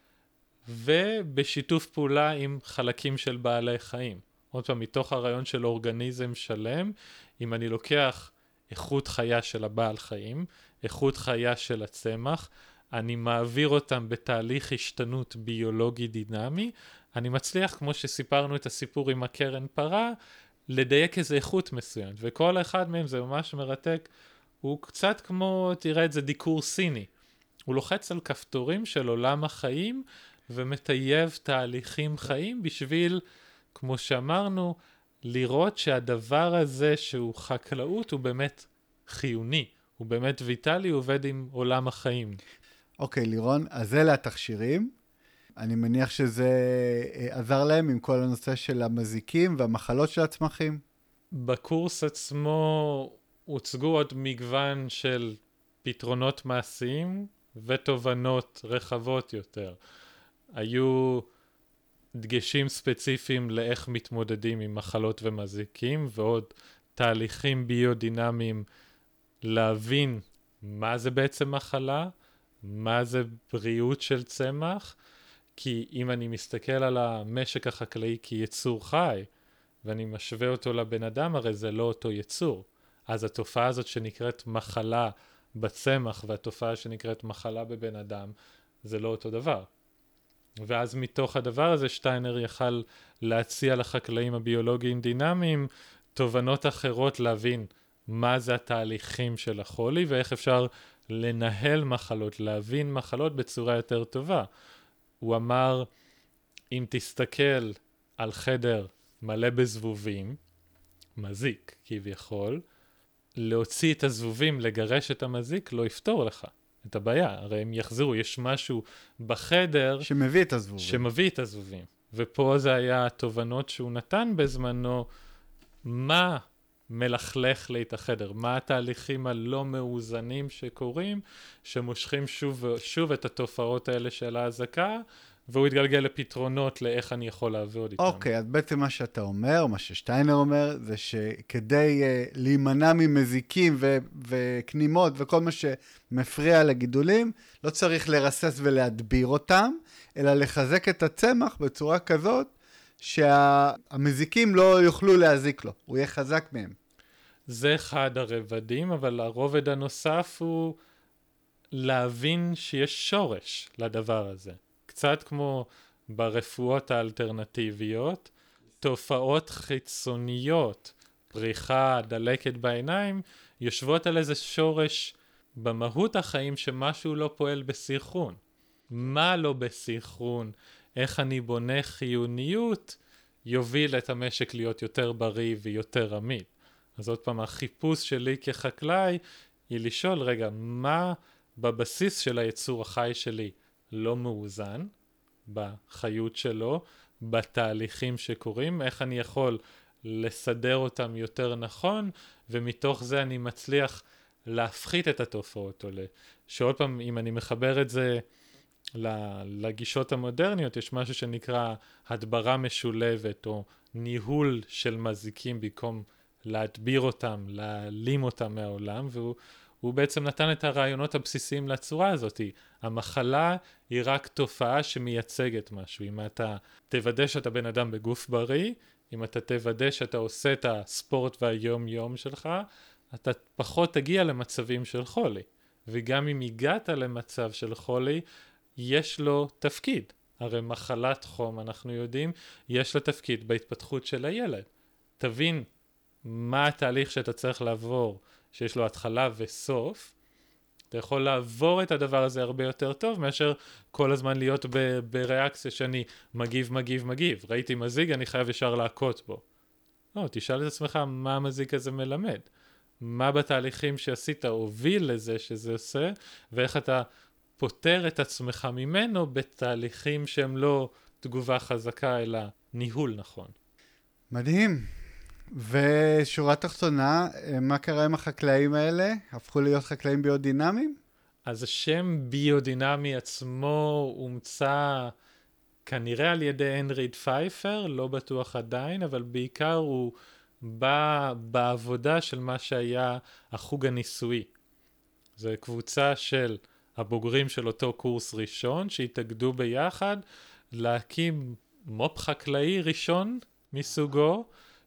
ובשיתוף פעולה עם חלקים של בעלי חיים. עוד פעם, מתוך הרעיון של אורגניזם שלם, אם אני לוקח איכות חיה של הבעל חיים, איכות חיה של הצמח, אני מעביר אותם בתהליך השתנות ביולוגי דינמי, אני מצליח, כמו שסיפרנו את הסיפור עם הקרן פרה, לדייק איזו איכות מסוימת, וכל אחד מהם זה ממש מרתק, הוא קצת כמו, תראה את זה, דיקור סיני. הוא לוחץ על כפתורים של עולם החיים, ומטייב תהליכים חיים בשביל, כמו שאמרנו, לראות שהדבר הזה שהוא חקלאות הוא באמת חיוני, הוא באמת ויטלי, הוא עובד עם עולם החיים. אוקיי, לירון, אז אלה התכשירים. אני מניח שזה עזר להם עם כל הנושא של המזיקים והמחלות של הצמחים. בקורס עצמו הוצגו עוד מגוון של פתרונות מעשיים ותובנות רחבות יותר. היו דגשים ספציפיים לאיך מתמודדים עם מחלות ומזיקים, ועוד תהליכים ביודינמיים להבין מה זה בעצם מחלה, מה זה בריאות של צמח, כי אם אני מסתכל על המשק החקלאי כיצור חי, ואני משווה אותו לבן אדם, הרי זה לא אותו יצור. אז התופעה הזאת שנקראת מחלה בצמח, והתופעה שנקראת מחלה בבן אדם, זה לא אותו דבר. ואז מתוך הדבר הזה שטיינר יכל להציע לחקלאים הביולוגיים דינמיים תובנות אחרות להבין מה זה התהליכים של החולי ואיך אפשר לנהל מחלות, להבין מחלות בצורה יותר טובה. הוא אמר, אם תסתכל על חדר מלא בזבובים, מזיק כביכול, להוציא את הזבובים, לגרש את המזיק, לא יפתור לך את הבעיה. הרי הם יחזרו, יש משהו בחדר שמביא את הזבובים. שמביא את הזבובים. ופה זה היה התובנות שהוא נתן בזמנו, מה מלכלך לי את החדר, מה התהליכים הלא מאוזנים שקורים, שמושכים שוב ושוב את התופעות האלה של ההזקה, והוא התגלגל לפתרונות לאיך אני יכול לעבוד איתם. אוקיי, אז בעצם מה שאתה אומר, מה ששטיינר אומר, זה שכדי uh, להימנע ממזיקים ו- וקנימות וכל מה שמפריע לגידולים, לא צריך לרסס ולהדביר אותם, אלא לחזק את הצמח בצורה כזאת, שהמזיקים לא יוכלו להזיק לו, הוא יהיה חזק מהם. זה אחד הרבדים, אבל הרובד הנוסף הוא להבין שיש שורש לדבר הזה. קצת כמו ברפואות האלטרנטיביות, תופעות חיצוניות, פריחה, דלקת בעיניים, יושבות על איזה שורש במהות החיים שמשהו לא פועל בסינכרון. מה לא בסינכרון? איך אני בונה חיוניות יוביל את המשק להיות יותר בריא ויותר עמיד. אז עוד פעם, החיפוש שלי כחקלאי היא לשאול, רגע, מה בבסיס של היצור החי שלי לא מאוזן, בחיות שלו, בתהליכים שקורים, איך אני יכול לסדר אותם יותר נכון, ומתוך זה אני מצליח להפחית את התופעות האלה. שעוד פעם, אם אני מחבר את זה לגישות המודרניות, יש משהו שנקרא הדברה משולבת, או ניהול של מזיקים במקום להדביר אותם, להעלים אותם מהעולם, והוא הוא בעצם נתן את הרעיונות הבסיסיים לצורה הזאת. המחלה היא רק תופעה שמייצגת משהו. אם אתה תוודא שאתה בן אדם בגוף בריא, אם אתה תוודא שאתה עושה את הספורט והיום יום שלך, אתה פחות תגיע למצבים של חולי. וגם אם הגעת למצב של חולי, יש לו תפקיד. הרי מחלת חום, אנחנו יודעים, יש לה תפקיד בהתפתחות של הילד. תבין מה התהליך שאתה צריך לעבור, שיש לו התחלה וסוף, אתה יכול לעבור את הדבר הזה הרבה יותר טוב, מאשר כל הזמן להיות ב- בריאקציה שאני מגיב, מגיב, מגיב. ראיתי מזיג, אני חייב ישר להכות בו. לא, תשאל את עצמך מה המזיג הזה מלמד. מה בתהליכים שעשית הוביל לזה שזה עושה, ואיך אתה פותר את עצמך ממנו בתהליכים שהם לא תגובה חזקה, אלא ניהול נכון. מדהים. ושורה תחתונה, מה קרה עם החקלאים האלה? הפכו להיות חקלאים ביודינמיים? אז השם ביודינמי עצמו הומצא כנראה על ידי הנריד פייפר, לא בטוח עדיין, אבל בעיקר הוא בא בעבודה של מה שהיה החוג הניסויי. זו קבוצה של הבוגרים של אותו קורס ראשון, שהתאגדו ביחד להקים מו"פ חקלאי ראשון מסוגו,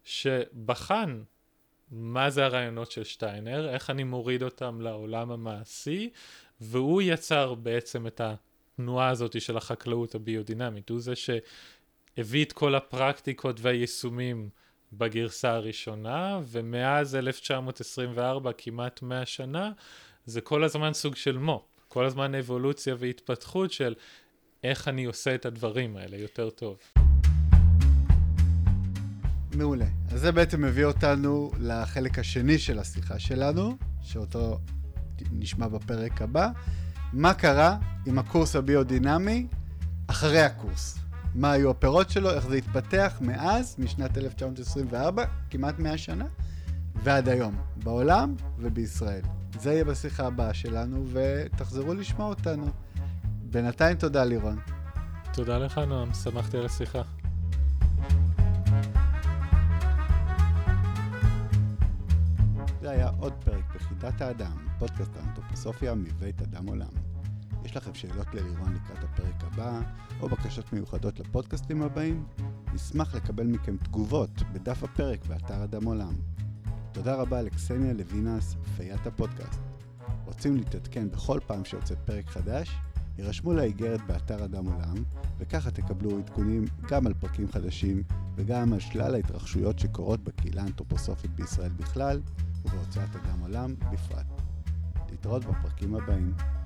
שבחן מה זה הרעיונות של שטיינר, איך אני מוריד אותם לעולם המעשי, והוא יצר בעצם את התנועה הזאת של החקלאות הביודינמית. הוא זה שהביא את כל הפרקטיקות והיישומים בגרסה הראשונה, ומאז אלף תשע מאות עשרים וארבע, כמעט מאה שנה, זה כל הזמן סוג של מו"פ, כל הזמן אבולוציה והתפתחות של איך אני עושה את הדברים האלה יותר טוב. מעולה. אז זה בעצם מביא אותנו לחלק השני של השיחה שלנו, שאותו נשמע בפרק הבא. מה קרה עם הקורס הביודינמי אחרי הקורס? מה היו הפירות שלו, איך זה התפתח מאז, משנת אלף תשע מאות עשרים וארבע, כמעט מאה שנה, ועד היום, בעולם ובישראל. זה יהיה בשיחה הבאה שלנו, ותחזרו לשמוע אותנו. בינתיים תודה לירון. תודה לך נועם, שמחתי על השיחה. זה היה עוד פרק בחידת האדם, פודקאסט האנתרופוסופיה מבית אדם עולם. יש לכם שאלות ללירון לקראת הפרק הבא, או בקשות מיוחדות לפודקאסטים הבאים? נשמח לקבל מכם תגובות בדף הפרק באתר אדם עולם. תודה רבה לקסניה לוינס, פיית הפודקאסט. רוצים להתעדכן בכל פעם שיוצא פרק חדש? יירשמו לאיגרת באתר אדם עולם, וככה תקבלו עדכונים גם על פרקים חדשים, וגם על שלל ההתרחשויות שקורות בקהילה האנתרופוסופית בישראל בכלל, ובהוצאת אדם עולם בפרט. להתראות בפרקים הבאים.